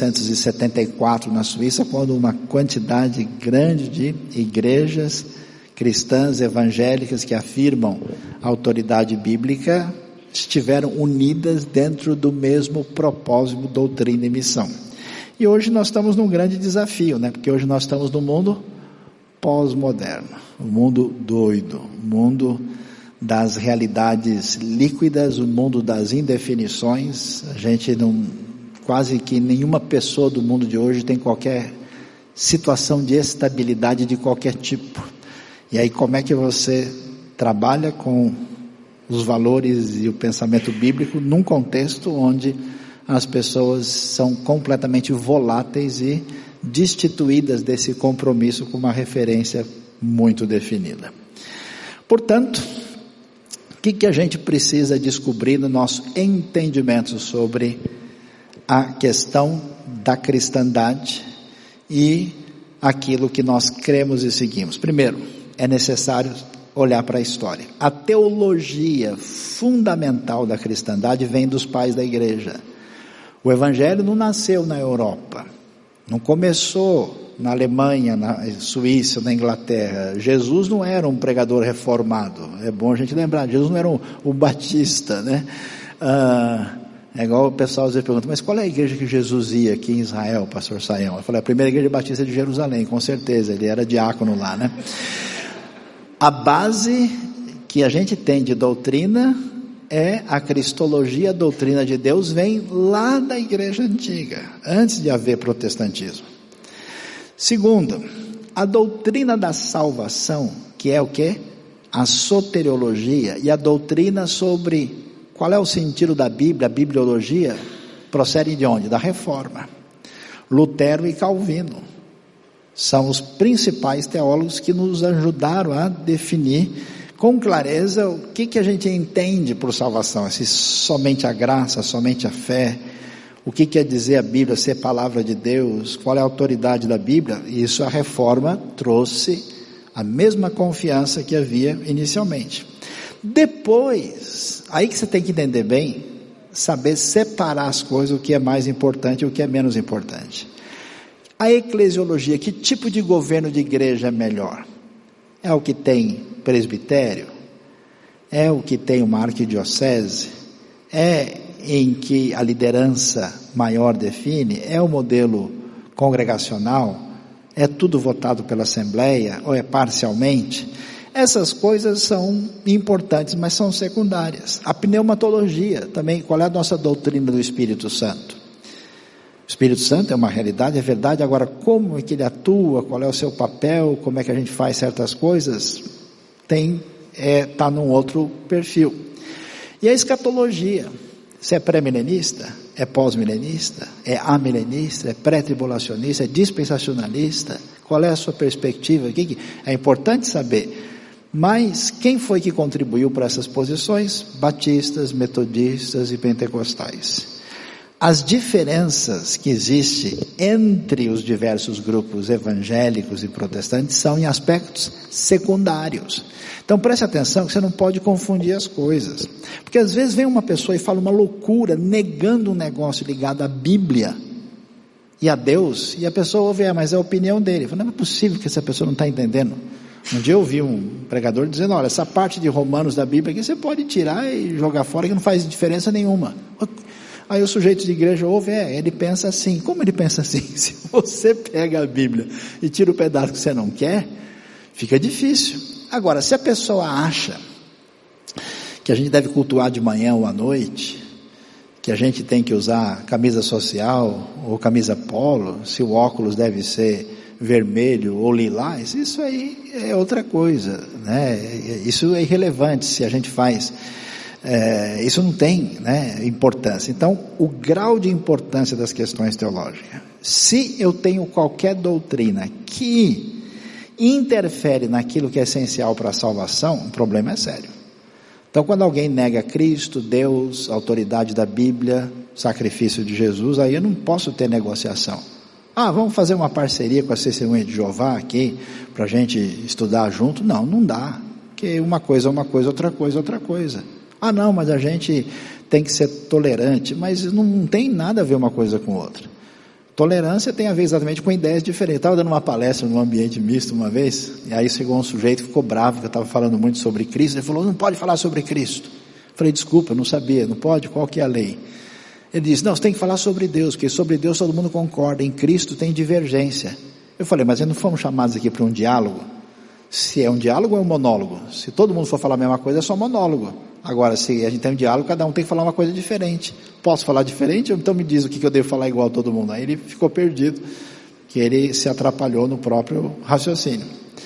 1974 na Suíça, quando uma quantidade grande de igrejas cristãs evangélicas que afirmam a autoridade bíblica estiveram unidas dentro do mesmo propósito, doutrina e missão. E hoje nós estamos num grande desafio, né? Porque hoje nós estamos num mundo pós-moderno, um mundo doido, um mundo das realidades líquidas, o mundo das indefinições. A gente quase que nenhuma pessoa do mundo de hoje tem qualquer situação de estabilidade de qualquer tipo. E aí como é que você trabalha com os valores e o pensamento bíblico num contexto onde as pessoas são completamente voláteis e destituídas desse compromisso com uma referência muito definida? Portanto, o que a gente precisa descobrir no nosso entendimento sobre a questão da cristandade e aquilo que nós cremos e seguimos? Primeiro, é necessário olhar para a história. A teologia fundamental da cristandade vem dos pais da igreja. O evangelho não nasceu na Europa, não começou na Alemanha, na Suíça, na Inglaterra. Jesus não era um pregador reformado, é bom a gente lembrar, Jesus não era um batista, né? É igual o pessoal às vezes pergunta, mas qual é a igreja que Jesus ia aqui em Israel, pastor Saião? Eu falei, a primeira igreja batista de Jerusalém, com certeza, ele era diácono lá, né? A base que a gente tem de doutrina é a cristologia, a doutrina de Deus vem lá da igreja antiga, antes de haver protestantismo. Segundo, a doutrina da salvação, que é o quê? A soteriologia, e a doutrina sobre qual é o sentido da Bíblia, a bibliologia, procede de onde? Da Reforma. Lutero e Calvino são os principais teólogos que nos ajudaram a definir com clareza o que a gente entende por salvação, se somente a graça, somente a fé, o que quer dizer a Bíblia ser palavra de Deus, qual é a autoridade da Bíblia. Isso a Reforma trouxe a mesma confiança que havia inicialmente. Depois, aí que você tem que entender bem, saber separar as coisas, o que é mais importante e o que é menos importante. A eclesiologia, que tipo de governo de igreja é melhor? É o que tem presbitério? É o que tem uma arquidiocese? É em que a liderança maior define? É o modelo congregacional? É tudo votado pela Assembleia ou é parcialmente? Essas coisas são importantes, mas são secundárias. A pneumatologia também, qual é a nossa doutrina do Espírito Santo? O Espírito Santo é uma realidade, é verdade, agora como é que ele atua, qual é o seu papel, como é que a gente faz certas coisas, está num outro perfil. E a escatologia, se é pré-milenista, é pós-milenista, é amilenista, é pré-tribulacionista, é dispensacionalista, qual é a sua perspectiva? É importante saber. Mas quem foi que contribuiu para essas posições? Batistas, metodistas e pentecostais. As diferenças que existem entre os diversos grupos evangélicos e protestantes são em aspectos secundários. Então preste atenção que você não pode confundir as coisas. Porque às vezes vem uma pessoa e fala uma loucura, negando um negócio ligado à Bíblia e a Deus, e a pessoa ouve, mas é a opinião dele. Falo, não é possível que essa pessoa não está entendendo. Um dia eu ouvi um pregador dizendo, olha, essa parte de Romanos da Bíblia aqui você pode tirar e jogar fora que não faz diferença nenhuma. Aí o sujeito de igreja ouve, ele pensa assim. Como ele pensa assim? Se você pega a Bíblia e tira o pedaço que você não quer, fica difícil. Agora, se a pessoa acha que a gente deve cultuar de manhã ou à noite, que a gente tem que usar camisa social ou camisa polo, se o óculos deve ser vermelho ou lilás, isso aí é outra coisa, né? Isso é irrelevante se a gente faz, isso não tem, né, importância. Então, o grau de importância das questões teológicas, se eu tenho qualquer doutrina que interfere naquilo que é essencial para a salvação, o problema é sério. Então, quando alguém nega Cristo, Deus, a autoridade da Bíblia, sacrifício de Jesus, aí eu não posso ter negociação. Vamos fazer uma parceria com a Testemunha de Jeová aqui, para a gente estudar junto? Não dá, porque uma coisa é uma coisa, outra coisa é outra coisa. Não, mas a gente tem que ser tolerante, mas não tem nada a ver uma coisa com outra. Tolerância tem a ver exatamente com ideias diferentes. Eu estava dando uma palestra num ambiente misto uma vez, e aí chegou um sujeito, ficou bravo, que eu estava falando muito sobre Cristo, ele falou, não pode falar sobre Cristo. Eu falei, desculpa, eu não sabia, não pode? Qual que é a lei? Ele disse, não, você tem que falar sobre Deus, porque sobre Deus todo mundo concorda, em Cristo tem divergência. Eu falei, mas não fomos chamados aqui para um diálogo? Se é um diálogo ou é um monólogo? Se todo mundo for falar a mesma coisa, é só monólogo. Agora, se a gente tem um diálogo, cada um tem que falar uma coisa diferente. Posso falar diferente? Então me diz o que eu devo falar igual a todo mundo. Aí ele ficou perdido, que ele se atrapalhou no próprio raciocínio.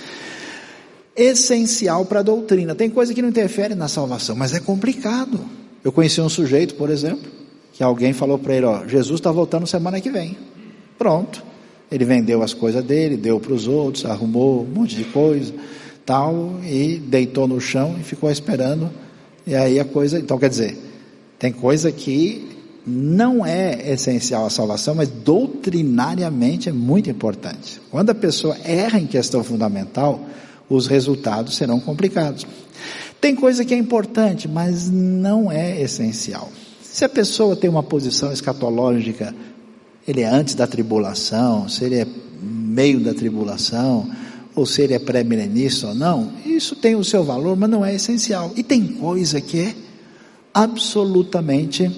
Essencial para a doutrina. Tem coisa que não interfere na salvação, mas é complicado. Eu conheci um sujeito, por exemplo, que alguém falou para ele, Jesus está voltando semana que vem. Pronto. Ele vendeu as coisas dele, deu para os outros, arrumou um monte de coisa, tal, e deitou no chão e ficou esperando. E aí a coisa, então quer dizer, tem coisa que não é essencial à salvação, mas doutrinariamente é muito importante. Quando a pessoa erra em questão fundamental, os resultados serão complicados. Tem coisa que é importante, mas não é essencial. Se a pessoa tem uma posição escatológica, ele é antes da tribulação, se ele é meio da tribulação, ou se ele é pré-milenista ou não, isso tem o seu valor, mas não é essencial. E tem coisa que é absolutamente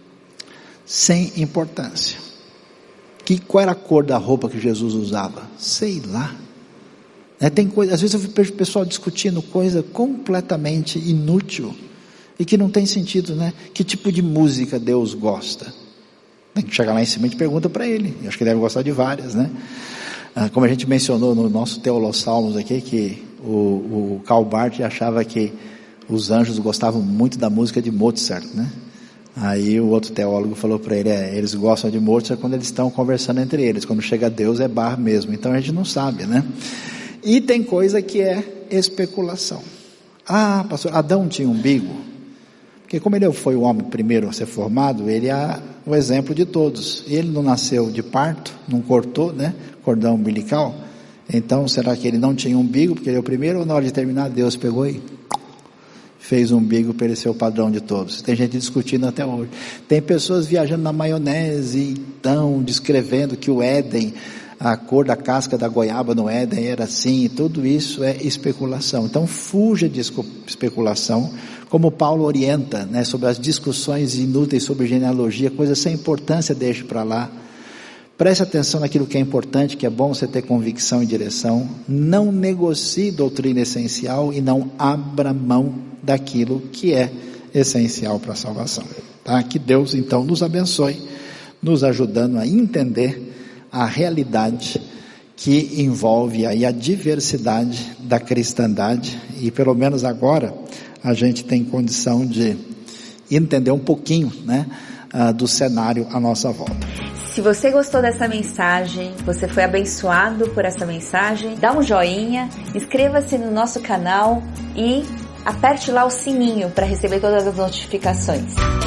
sem importância. Qual era a cor da roupa que Jesus usava? Sei lá. Tem coisa, às vezes eu vejo o pessoal discutindo coisa completamente inútil e que não tem sentido, né? Que tipo de música Deus gosta? Tem que chegar lá em cima e a gente pergunta para ele. Eu acho que ele deve gostar de várias, né? Como a gente mencionou no nosso Teolossalmos aqui, que o Karl Barth achava que os anjos gostavam muito da música de Mozart, né? Aí o outro teólogo falou para ele, eles gostam de Mozart quando eles estão conversando entre eles, quando chega Deus é bar mesmo, então a gente não sabe, né? E tem coisa que é especulação. Pastor, Adão tinha umbigo? Porque como ele foi o homem primeiro a ser formado, ele é o exemplo de todos. Ele não nasceu de parto, não cortou, né, cordão umbilical. Então, será que ele não tinha umbigo, porque ele é o primeiro, ou na hora de terminar, Deus pegou e fez um umbigo para ele ser o padrão de todos? Tem gente discutindo até hoje. Tem pessoas viajando na maionese, então, descrevendo que o Éden, a cor da casca da goiaba no Éden era assim, tudo isso é especulação. Então fuja de especulação, como Paulo orienta, né, sobre as discussões inúteis sobre genealogia, coisas sem importância, deixe para lá. Preste atenção naquilo que é importante, que é bom você ter convicção e direção. Não negocie doutrina essencial e não abra mão daquilo que é essencial para a salvação. Tá? Que Deus então nos abençoe, nos ajudando a entender a realidade que envolve aí a diversidade da cristandade, e pelo menos agora a gente tem condição de entender um pouquinho, né, do cenário à nossa volta. Se você gostou dessa mensagem, você foi abençoado por essa mensagem, dá um joinha, inscreva-se no nosso canal e aperte lá o sininho para receber todas as notificações.